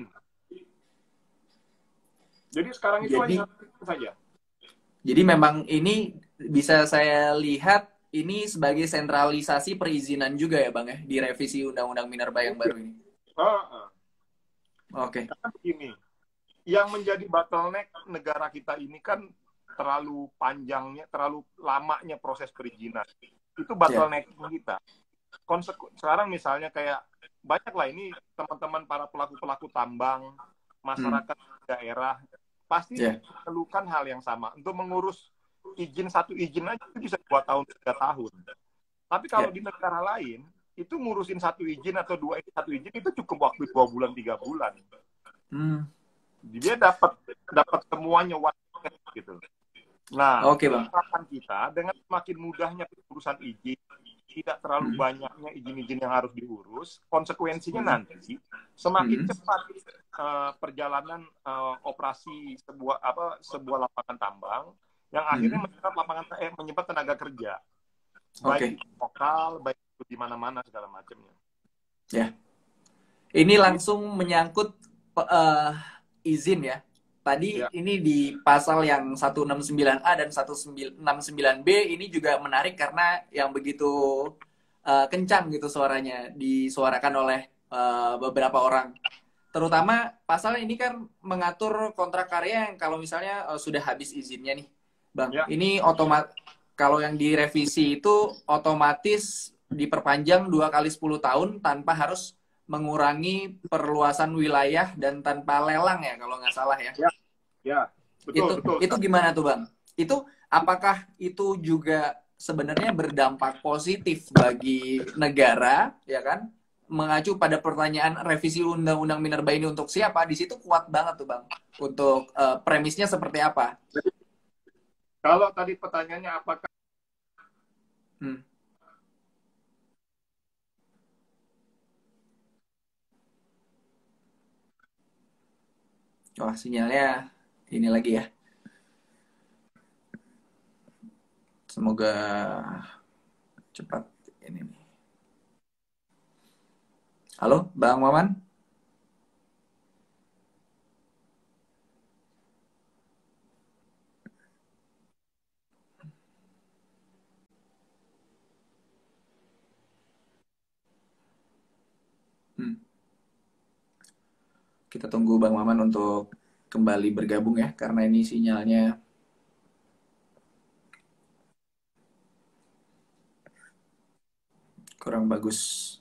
Jadi sekarang itu Jadi, hanya satu saja. Jadi memang ini bisa saya lihat ini sebagai sentralisasi perizinan juga ya Bang ya, di revisi Undang-Undang Minerba yang baru ini. Uh, uh. Oke. Okay. Karena begini, yang menjadi bottleneck negara kita ini kan terlalu panjangnya, terlalu lamanya proses perizinan. Itu bottleneck yeah. kita. Konseku sekarang misalnya kayak banyak lah ini teman-teman para pelaku-pelaku tambang, masyarakat hmm. daerah, pasti yeah. mengeluhkan hal yang sama. Untuk mengurus izin satu izin aja itu bisa dua tahun, tiga tahun. Tapi kalau yeah. di negara lain, itu ngurusin satu izin atau dua satu izin itu cukup waktu dua bulan, tiga bulan. Hmm. Dia dapat dapat semuanya waktu gitu. Nah, okay, Bang. harapan kita dengan semakin mudahnya urusan izin, tidak terlalu hmm. banyaknya izin-izin yang harus diurus, konsekuensinya hmm. nanti semakin hmm. cepat uh, perjalanan uh, operasi sebuah apa sebuah lapangan tambang yang akhirnya hmm. menyebabkan lapangan eh, menyebabkan tenaga kerja, baik okay. lokal, baik di mana-mana segala macamnya. Ya, ini langsung menyangkut uh, izin ya. Tadi ya. Ini di pasal yang seratus enam puluh sembilan A dan seratus enam puluh sembilan B ini juga menarik karena yang begitu uh, kencang gitu suaranya disuarakan oleh uh, beberapa orang. Terutama pasal ini kan mengatur kontrak karya yang kalau misalnya uh, sudah habis izinnya nih, Bang. Ya. Ini otomatis kalau yang direvisi itu otomatis diperpanjang dua kali sepuluh tahun tanpa harus mengurangi perluasan wilayah dan tanpa lelang ya kalau nggak salah ya. Ya, ya betul, itu, betul. Itu gimana tuh Bang? Itu apakah itu juga sebenarnya berdampak positif bagi negara, ya kan? Mengacu pada pertanyaan revisi Undang-Undang Minerba ini untuk siapa? Di situ kuat banget tuh Bang. Untuk uh, premisnya seperti apa? Jadi, kalau tadi pertanyaannya apakah hmm. Wah, sinyalnya ini lagi ya. Semoga cepat ini nih. Halo, Bang Maman? Kita tunggu Bang Maman untuk kembali bergabung ya, karena ini sinyalnya kurang bagus.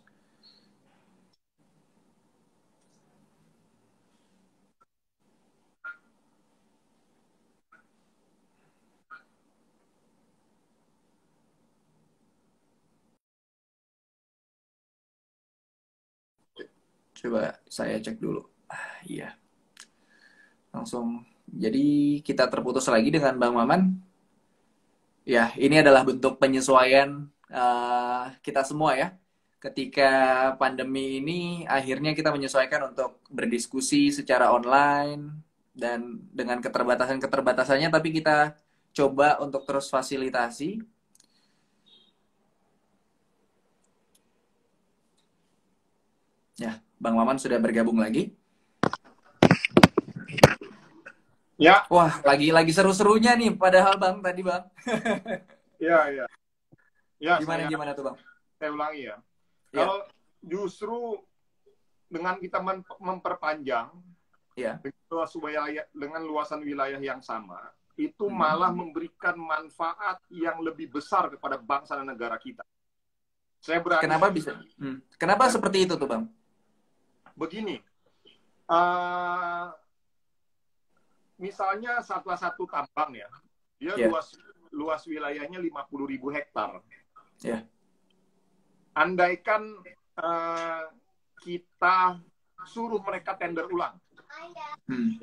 Coba saya cek dulu. Ah, iya. Langsung. Jadi kita terputus lagi dengan Bang Maman. Ya, ini adalah bentuk penyesuaian uh, kita semua ya. Ketika pandemi ini akhirnya kita menyesuaikan untuk berdiskusi secara online dan dengan keterbatasan-keterbatasannya, tapi kita coba untuk terus fasilitasi. Ya, Bang Maman sudah bergabung lagi. Ya. Wah, lagi lagi seru-serunya nih padahal Bang tadi Bang. Iya, iya. Ya, gimana saya, gimana tuh Bang? Saya ulangi ya. Ya. Kalau justru dengan kita memperpanjang ya. dengan, luas wilayah, dengan luasan wilayah yang sama, itu hmm. malah memberikan manfaat yang lebih besar kepada bangsa dan negara kita. Saya berani. Kenapa bisa? Hmm. Kenapa dan, seperti itu tuh Bang? Begini, uh, misalnya salah satu tambang ya, dia yeah. luas luas wilayahnya lima puluh ribu hektar. Yeah. Andaikan uh, kita suruh mereka tender ulang. Hmm.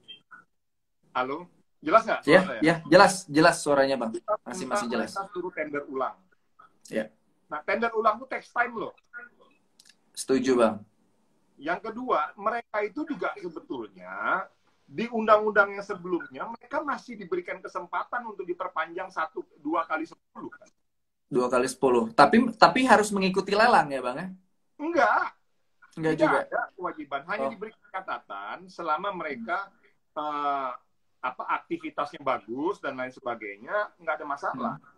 Halo, jelas nggak? Ya, yeah, yeah, jelas, jelas suaranya Bang. Masih masih jelas. Kita suruh tender ulang. Ya. Yeah. Nah, tender ulang itu takes time loh. Setuju Bang. Yang kedua, mereka itu juga sebetulnya di undang-undang yang sebelumnya mereka masih diberikan kesempatan untuk diperpanjang satu dua kali sepuluh kan? Dua kali sepuluh. Tapi tapi harus mengikuti lelang ya Bang ya? Enggak. Enggak Tidak juga. ada kewajiban. Hanya oh. diberi catatan selama mereka hmm. uh, apa aktivitasnya bagus dan lain sebagainya, nggak ada masalah. Hmm.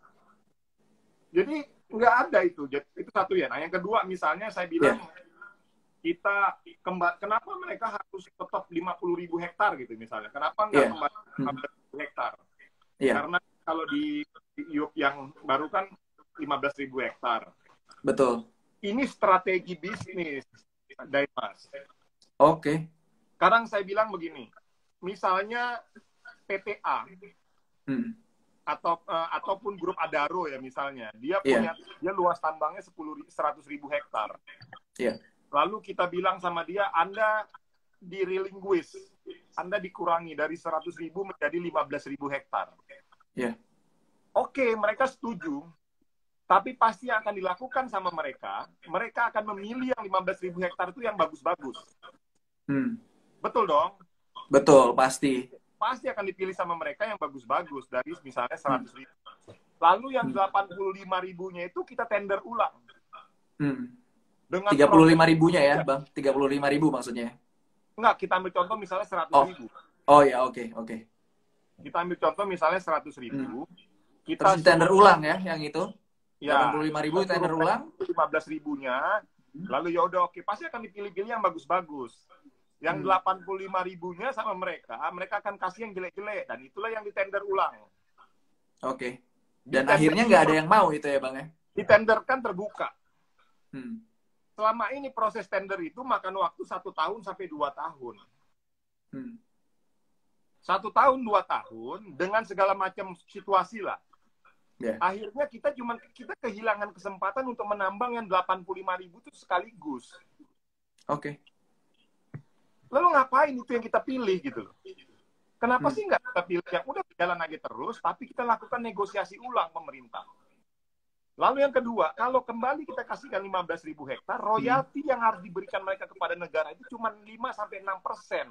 Jadi nggak ada itu. Itu satu ya. Nah yang kedua misalnya saya bilang yeah. kita kembali, kenapa mereka harus tetap lima puluh ribu hektar gitu misalnya? Kenapa nggak yeah. kembali lima belas ribu hektar? Yeah. Karena kalau di, di I U P yang baru kan lima belas ribu hektar. Betul. Ini strategi bisnis, Daimas. Oke. Okay. Sekarang saya bilang begini, misalnya P T A hmm. atau uh, ataupun grup Adaro ya misalnya, dia punya yeah. dia luas tambangnya seratus ribu hektar. Iya. Yeah. Lalu kita bilang sama dia, Anda di relinquish, Anda dikurangi dari seratus ribu menjadi lima belas ribu hektar. Yeah. Oke, mereka setuju. Tapi pasti yang akan dilakukan sama mereka, mereka akan memilih yang lima belas ribu hektar itu yang bagus-bagus. Hmm. Betul dong? Betul, pasti. Pasti akan dipilih sama mereka yang bagus-bagus, dari misalnya seratus ribu. Lalu yang delapan puluh lima ribunya itu kita tender ulang. Hmm. tiga puluh lima ribunya ya, Bang? tiga puluh lima ribu maksudnya? Enggak, kita ambil contoh misalnya seratus ribu. Oh, oh ya, oke, okay, oke. Okay. Kita ambil contoh misalnya seratus ribu. Hmm. Kita terus tender ulang ya, yang itu? Ya, delapan puluh lima ribu tender ulang? lima belas ribunya, hmm. lalu ya udah oke, okay. Pasti akan dipilih-pilih yang bagus-bagus. Yang hmm. delapan puluh lima ribunya sama mereka, mereka akan kasih yang jelek-jelek. Dan itulah yang ditender ulang. Oke. Okay. Dan ditender akhirnya nggak ada yang mau itu ya, Bang ya? Ditenderkan terbuka. Hmm. Selama ini proses tender itu makan waktu satu tahun sampai dua tahun. Hmm. Satu tahun, dua tahun, dengan segala macam situasi lah. Yeah. Akhirnya kita cuma kita kehilangan kesempatan untuk menambang yang delapan puluh lima ribu itu sekaligus. Oke. Okay. Lalu ngapain itu yang kita pilih gitu loh? Kenapa hmm. sih nggak kita pilih yang udah jalan aja terus, tapi kita lakukan negosiasi ulang pemerintah. Lalu yang kedua, kalau kembali kita kasihkan lima belas ribu hektar, royalti hmm. yang harus diberikan mereka kepada negara itu cuma lima sampai enam persen.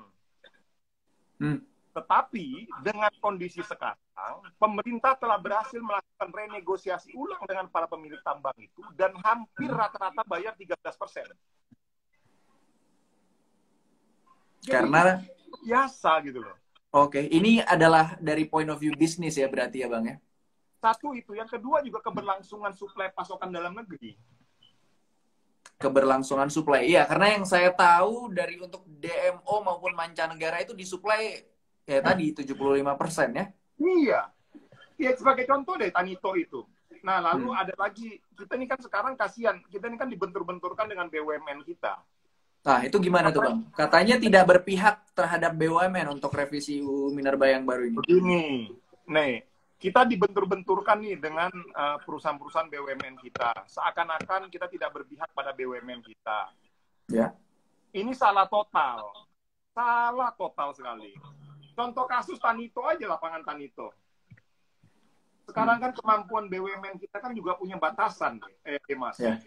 Hmm. Tetapi dengan kondisi sekarang, pemerintah telah berhasil melakukan renegosiasi ulang dengan para pemilik tambang itu, dan hampir rata-rata bayar tiga belas persen. Jadi, karena biasa gitu loh. Oke, okay. Ini adalah dari point of view bisnis ya berarti ya Bang ya? Satu itu, yang kedua juga keberlangsungan suplai pasokan dalam negeri. keberlangsungan supply. Iya, karena yang saya tahu dari untuk D M O maupun mancanegara itu disuplai ya tadi tujuh puluh lima persen ya. Iya. Ya sebagai contoh deh Tanito itu. Nah, lalu Hmm. ada lagi, kita ini kan sekarang kasihan, kita ini kan dibentur-benturkan dengan B U M N kita. Nah, itu gimana tuh Bang? Katanya tidak berpihak terhadap B U M N untuk revisi U U Minerba yang baru ini. Begini, nih, kita dibentur-benturkan nih dengan uh, perusahaan-perusahaan B U M N kita. Seakan-akan kita tidak berpihak pada B U M N kita. Ya. Ini salah total. Salah total sekali. Contoh kasus Tanito aja, lapangan Tanito. Sekarang kan kemampuan B U M N kita kan juga punya batasan, eh, Mas. Ya.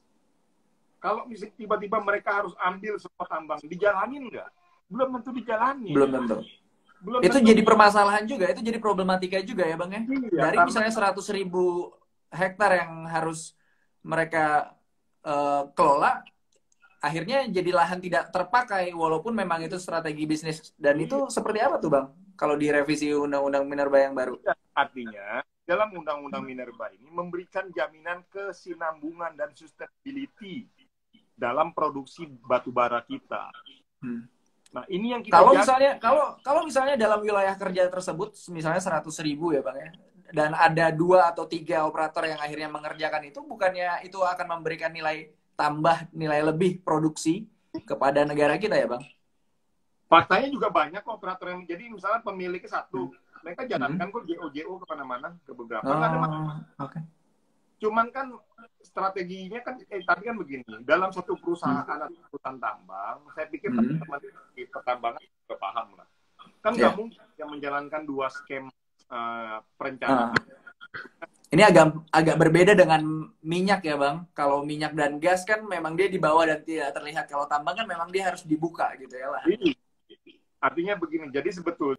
Kalau misalnya tiba-tiba mereka harus ambil semua tambang, dijalanin nggak? Belum tentu dijalani. Belum tentu. Belum itu tentu. Jadi permasalahan juga, itu jadi problematika juga ya Bang ya? Iya, dari karena... misalnya seratus ribu hektar yang harus mereka uh, kelola, akhirnya jadi lahan tidak terpakai, walaupun memang itu strategi bisnis. Dan iya. Itu seperti apa tuh Bang? Kalau direvisi Undang-Undang Minerba yang baru? Artinya, dalam Undang-Undang Minerba ini memberikan jaminan kesinambungan dan sustainability dalam produksi batu bara kita. Hmm. Nah, ini yang kita kalau misalnya kalau kalau misalnya dalam wilayah kerja tersebut misalnya seratus ribu ya Bang ya, dan ada dua atau tiga operator yang akhirnya mengerjakan itu, bukannya itu akan memberikan nilai tambah, nilai lebih produksi kepada negara kita ya Bang? Faktanya juga banyak operator yang jadi misalnya pemiliknya satu, hmm. mereka jalankan hmm. kok J O J O kemana-mana ke beberapa. Oh, ada okay. Cuman kan strateginya kan eh, tadi kan begini, dalam satu perusahaan hmm. atau perusahaan tambang, saya pikir hmm. teman-teman di pertambangan juga paham lah. Kan nggak yeah. mungkin yang menjalankan dua skema uh, perencanaan. Uh. Ini agak agak berbeda dengan minyak ya Bang. Kalau minyak dan gas kan memang dia di bawah dan tidak terlihat. Kalau tambang kan memang dia harus dibuka gitu ya lah. Artinya begini, jadi sebetulnya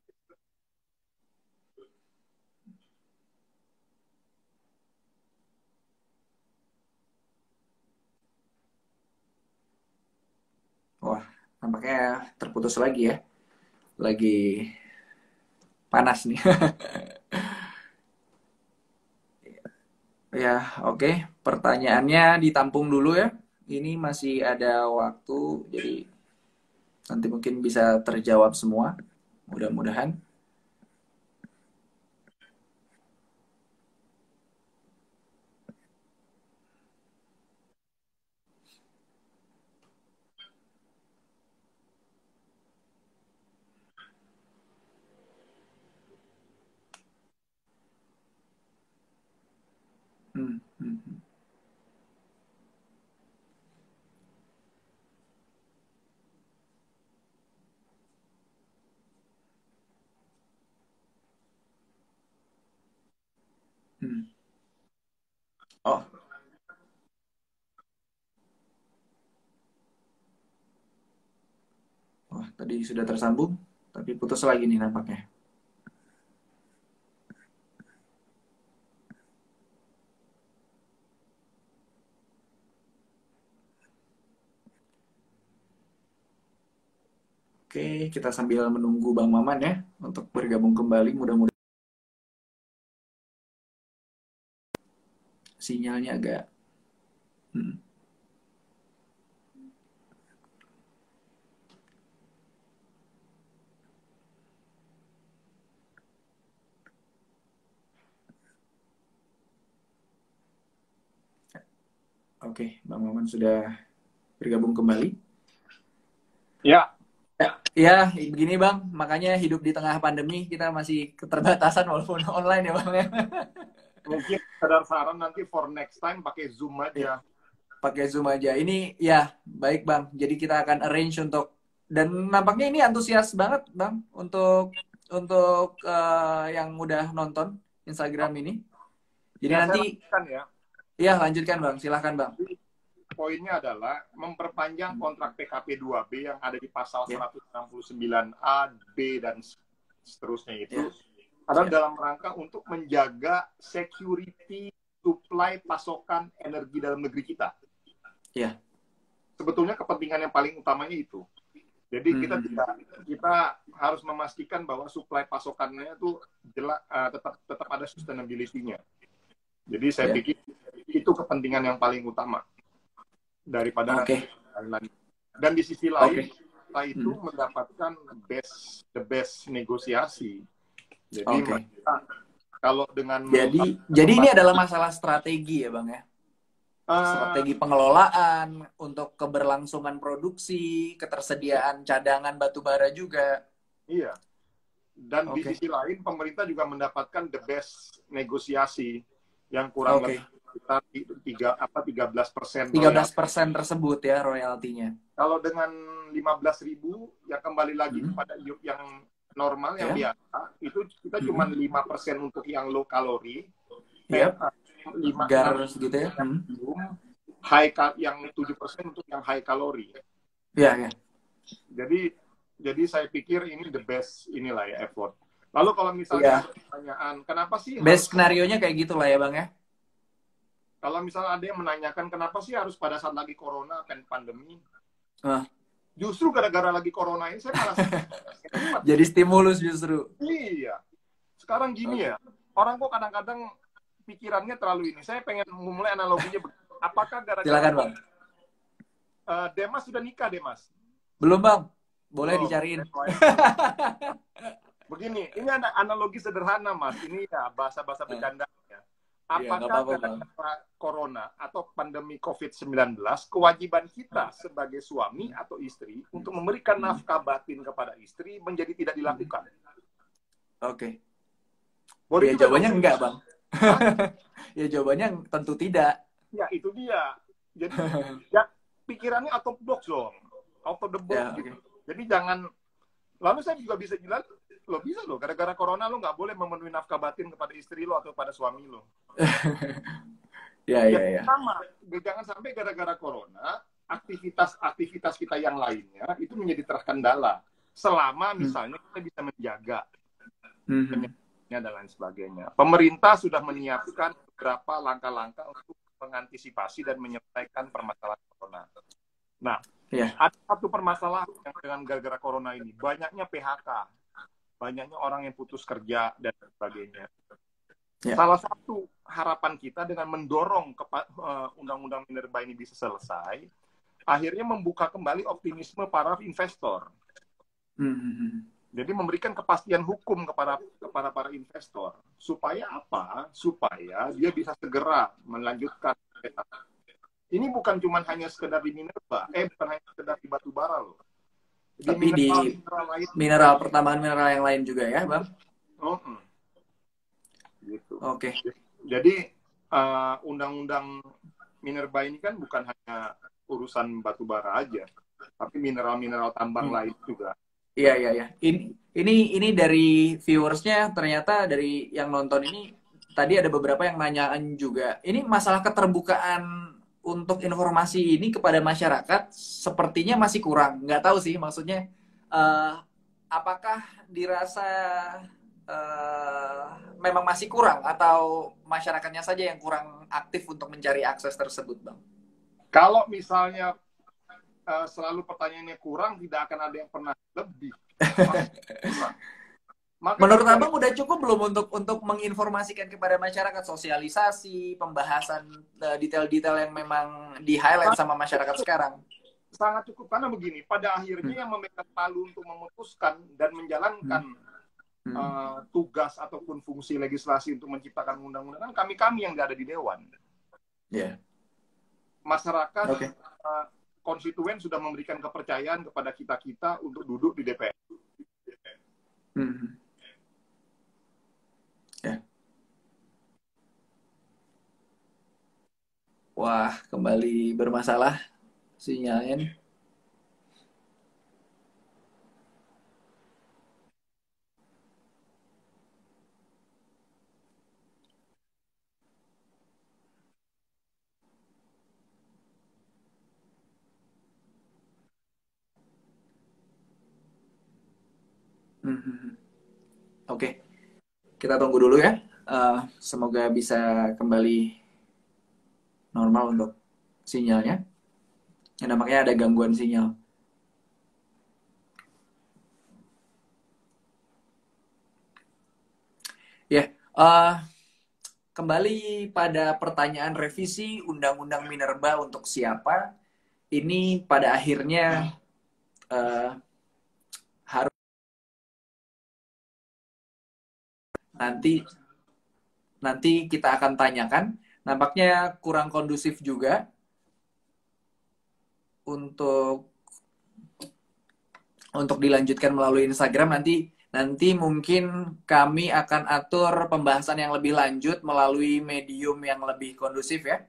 wah, nampaknya terputus lagi ya. Lagi panas nih. Ya, oke. Okay. Pertanyaannya ditampung dulu ya. Ini masih ada waktu, jadi nanti mungkin bisa terjawab semua. Mudah-mudahan. Hmm, hmm, hmm. Hmm. Oh. Wah, tadi sudah tersambung, tapi putus lagi nih nampaknya. Oke, kita sambil menunggu Bang Maman ya untuk bergabung kembali. Mudah-mudahan sinyalnya agak hmm. Oke, Bang Maman sudah bergabung kembali. Ya. Ya, begini Bang, makanya hidup di tengah pandemi kita masih keterbatasan walaupun online ya Bang ya. Mungkin ada saran nanti for next time pakai Zoom aja. Ya, pakai Zoom aja. Ini ya, baik Bang. Jadi kita akan arrange untuk, dan nampaknya ini antusias banget Bang untuk untuk uh, yang udah nonton Instagram ini. Jadi ya, nanti ya. Iya, lanjutkan Bang. Silahkan Bang. Poinnya adalah memperpanjang kontrak P K P dua B yang ada di pasal yeah. seratus enam puluh sembilan A, B, dan seterusnya itu yeah. adalah yeah. dalam rangka untuk menjaga security supply pasokan energi dalam negeri kita. Yeah. Sebetulnya kepentingan yang paling utamanya itu. Jadi kita hmm. kita, kita harus memastikan bahwa supply pasokannya itu jelas uh, tetap tetap ada sustainability-nya. Jadi saya yeah. pikir itu kepentingan yang paling utama. daripada Oke. okay. Dan di sisi lain, okay. kita itu hmm. mendapatkan best the best negosiasi. Jadi okay. kalau dengan jadi jadi ini adalah masalah strategi ya Bang ya. Strategi pengelolaan untuk keberlangsungan produksi, ketersediaan cadangan batu bara juga. Iya. Dan okay. di sisi lain pemerintah juga mendapatkan the best negosiasi yang kurang okay. lebih sekitar tiga apa tiga belas persen. tiga belas persen tersebut ya royaltinya. Kalau dengan lima belas ribu ya kembali lagi hmm. kepada yang normal yang yeah. biasa itu kita hmm. cuma lima persen untuk yang low kalori. Iya. Yep. lima garis gitu ya. Hmm. High yang tujuh persen untuk yang high kalori. Iya, ya. Jadi jadi saya pikir ini the best inilah ya effort. Lalu kalau misalnya yeah. pertanyaan kenapa sih best skenario-nya kayak gitulah ya, Bang ya. Kalau misalnya ada yang menanyakan kenapa sih harus pada saat lagi corona kan pandemi. Uh. Justru gara-gara lagi corona ini saya malah jadi stimulus justru. Iya. Sekarang gini okay. ya. Orang kok kadang-kadang pikirannya terlalu ini. Saya pengen memulai analoginya. Apakah gara-gara... Silakan, Bang. Uh, Demas sudah nikah, Demas? Belum, Bang. Boleh oh, dicariin. Begini, ini ada analogi sederhana, Mas. Ini ya bahasa-bahasa bercanda. Ya. Apakah ya, gara-gara corona atau pandemi covid sembilan belas, kewajiban kita sebagai suami atau istri untuk memberikan nafkah batin kepada istri menjadi tidak dilakukan? Oke. Okay. Ya, jawabannya enggak, Bang. Ya, jawabannya tentu tidak. Ya, itu dia. Jadi, ya, pikirannya out of box dong. Out of the box. Ya, gitu. Okay. Jadi, jangan... Lalu saya juga bisa bilang, lo bisa lo, gara-gara corona lo nggak boleh memenuhi nafkah batin kepada istri lo atau pada suami lo. Ya, ya, ya. Sama. Jangan sampai gara-gara corona, aktivitas-aktivitas kita yang lainnya itu menjadi terkendala. Selama misalnya hmm. kita bisa menjaga. Hmm. Dan lain sebagainya. Pemerintah sudah menyiapkan beberapa langkah-langkah untuk mengantisipasi dan menyelesaikan permasalahan corona. Nah, yeah. ada satu permasalahan yang dengan gara-gara corona ini, banyaknya P H K, banyaknya orang yang putus kerja dan sebagainya. Yeah. Salah satu harapan kita dengan mendorong uh, undang-undang minerba ini bisa selesai, akhirnya membuka kembali optimisme para investor. Mm-hmm. Jadi memberikan kepastian hukum kepada kepada para investor supaya apa? Supaya dia bisa segera melanjutkan. Ini bukan cuma hanya sekedar di minerba, eh bukan hanya sekedar di batu bara loh. Di Tapi mineral, di mineral, lain, mineral pertambangan mineral yang lain juga ya, Bang? Oh, mm. Gitu. Oke. Okay. Jadi uh, undang-undang minerba ini kan bukan hanya urusan batu bara aja, tapi mineral-mineral tambang hmm. lain juga. Iya, iya, iya. Ini, ini, ini dari viewersnya ternyata dari yang nonton ini tadi ada beberapa yang nanyaan juga. Ini masalah keterbukaan untuk informasi ini kepada masyarakat sepertinya masih kurang. Nggak tahu sih maksudnya. Uh, apakah dirasa uh, memang masih kurang atau masyarakatnya saja yang kurang aktif untuk mencari akses tersebut, Bang? Kalau misalnya Uh, selalu pertanyaannya kurang, tidak akan ada yang pernah lebih. Maka menurut Abang udah cukup belum untuk untuk menginformasikan kepada masyarakat, sosialisasi, pembahasan uh, detail-detail yang memang di-highlight sama masyarakat sekarang? Sangat cukup, karena begini, pada akhirnya hmm. yang memegang palu untuk memutuskan dan menjalankan hmm. uh, tugas ataupun fungsi legislasi untuk menciptakan undang-undang, kami-kami yang ada di Dewan. Yeah. Masyarakat okay. uh, konstituen sudah memberikan kepercayaan kepada kita-kita untuk duduk di D P R. Hmm. Ya. Wah, kembali bermasalah sinyalnya. Hmm. Oke, okay. Kita tunggu dulu ya. Uh, semoga bisa kembali normal untuk sinyalnya. Ya, nampaknya ada gangguan sinyal. Ya, yeah. uh, kembali pada pertanyaan revisi Undang-Undang Minerba untuk siapa? ini pada akhirnya uh, harus nanti nanti kita akan tanyakan. Nampaknya kurang kondusif juga untuk untuk dilanjutkan melalui Instagram. Nanti nanti mungkin kami akan atur pembahasan yang lebih lanjut melalui medium yang lebih kondusif ya.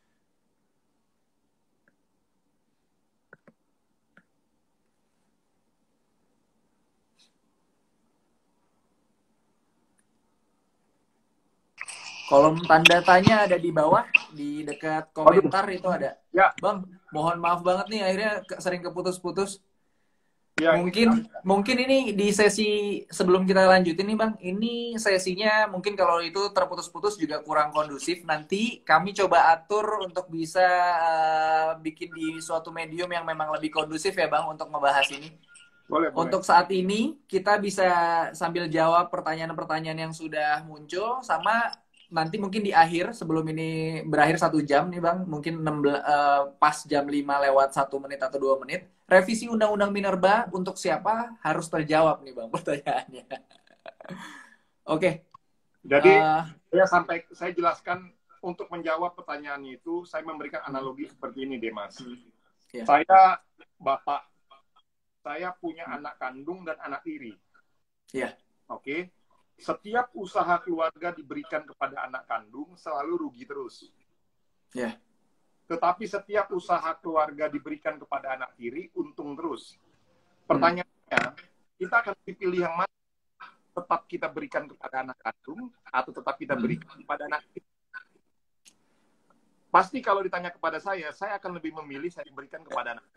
Kolom tanda tanya ada di bawah, di dekat komentar. Aduh. Itu ada. Ya. Bang, mohon maaf banget nih akhirnya sering keputus-putus. Ya, mungkin ya. mungkin ini di sesi sebelum kita lanjutin nih Bang, ini sesinya mungkin kalau itu terputus-putus juga kurang kondusif. Nanti kami coba atur untuk bisa uh, bikin di suatu medium yang memang lebih kondusif ya Bang untuk membahas ini. Boleh, Untuk boleh. saat ini kita bisa sambil jawab pertanyaan-pertanyaan yang sudah muncul, sama nanti mungkin di akhir sebelum ini berakhir satu jam nih Bang, mungkin enam belas, uh, pas jam lima lewat satu menit atau dua menit, revisi Undang-Undang Minerba untuk siapa harus terjawab nih Bang pertanyaannya. Oke. Okay. Jadi uh, saya sampai saya jelaskan untuk menjawab pertanyaannya itu, saya memberikan analogi seperti ini deh Mas. Hmm. Yeah. Saya bapak, saya punya hmm. anak kandung dan anak tiri. Iya. Yeah. Oke. Okay? Setiap usaha keluarga diberikan kepada anak kandung selalu rugi terus. Ya. Yeah. Tetapi setiap usaha keluarga diberikan kepada anak tiri untung terus. Pertanyaannya, hmm. kita akan dipilih yang mana? Tetap kita berikan kepada anak kandung atau tetap kita berikan hmm. kepada anak tiri? Pasti kalau ditanya kepada saya, saya akan lebih memilih saya berikan kepada anak.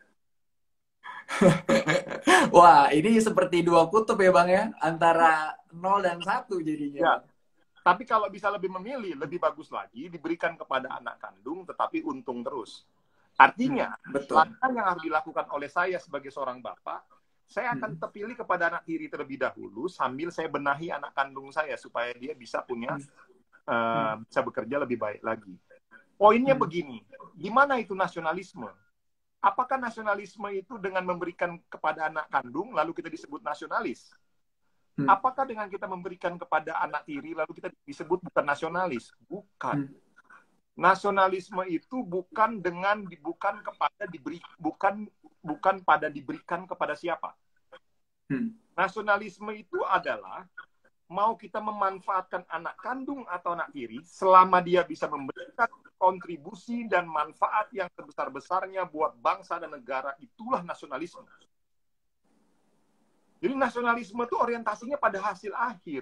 Wah, ini seperti dua kutub ya Bang ya, antara nol dan satu jadinya. Ya. Tapi kalau bisa lebih memilih, lebih bagus lagi diberikan kepada anak kandung tetapi untung terus. Artinya, hmm, betul. langkah yang harus dilakukan oleh saya sebagai seorang bapak, saya akan hmm. terpilih kepada anak tiri terlebih dahulu sambil saya benahi anak kandung saya supaya dia bisa punya hmm. uh, bisa bekerja lebih baik lagi. Poinnya hmm. begini, gimana itu nasionalisme? Apakah nasionalisme itu dengan memberikan kepada anak kandung, lalu kita disebut nasionalis? Hmm. Apakah dengan kita memberikan kepada anak tiri, lalu kita disebut bukan nasionalis? Bukan. Hmm. Nasionalisme itu bukan dengan bukan kepada diberi, bukan bukan pada diberikan kepada siapa. Hmm. Nasionalisme itu adalah mau kita memanfaatkan anak kandung atau anak tiri, selama dia bisa memberikan kontribusi dan manfaat yang sebesar-besarnya buat bangsa dan negara, itulah nasionalisme. Jadi nasionalisme itu orientasinya pada hasil akhir.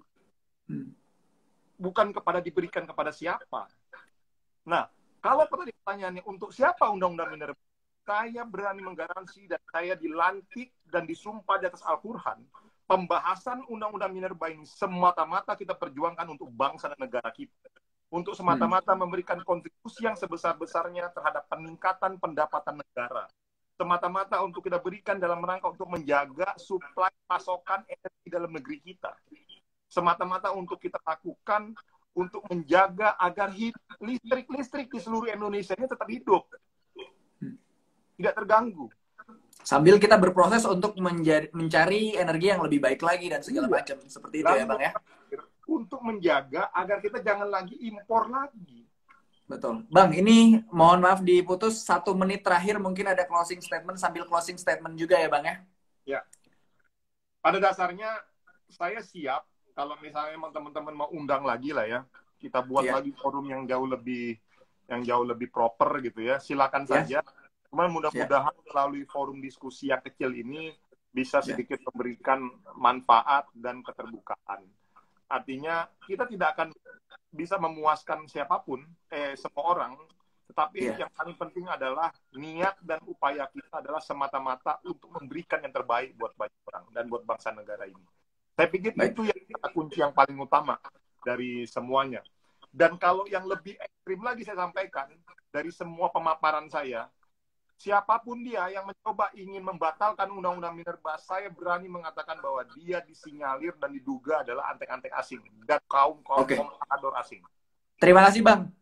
Bukan kepada diberikan kepada siapa. Nah, kalau pertanyaannya untuk siapa Undang-Undang Minerba, saya berani menggaransi dan saya dilantik dan disumpah di atas Al-Quran, pembahasan Undang-Undang Minerba ini semata-mata kita perjuangkan untuk bangsa dan negara kita. Untuk semata-mata memberikan kontribusi yang sebesar-besarnya terhadap peningkatan pendapatan negara. Semata-mata untuk kita berikan dalam rangka untuk menjaga suplai pasokan energi dalam negeri kita. Semata-mata untuk kita lakukan untuk menjaga agar listrik-listrik di seluruh Indonesia ini tetap hidup. Tidak terganggu. Sambil kita berproses untuk menjadi, mencari energi yang lebih baik lagi dan segala iya. macam. Seperti itu ya Bang ya? Untuk menjaga agar kita jangan lagi impor lagi. Betul. Bang, ini mohon maaf diputus. Satu menit terakhir mungkin ada closing statement sambil closing statement juga ya Bang ya? Ya. Pada dasarnya saya siap kalau misalnya teman-teman mau undang lagi lah ya. Kita buat ya. lagi forum yang jauh lebih yang jauh lebih proper gitu ya. Silakan ya. saja. Cuman mudah-mudahan ya. melalui forum diskusi yang kecil ini bisa sedikit ya. memberikan manfaat dan keterbukaan. Artinya kita tidak akan bisa memuaskan siapapun, eh, semua orang, tetapi yeah. yang paling penting adalah niat dan upaya kita adalah semata-mata untuk memberikan yang terbaik buat banyak orang dan buat bangsa negara ini. Saya pikir Baik. itu yang kunci yang paling utama dari semuanya. Dan kalau yang lebih ekstrim lagi saya sampaikan, dari semua pemaparan saya, siapapun dia yang mencoba ingin membatalkan Undang-Undang Minerba, saya berani mengatakan bahwa dia disinyalir dan diduga adalah antek-antek asing dan kaum-kaum okay. komprador asing. Terima kasih Bang.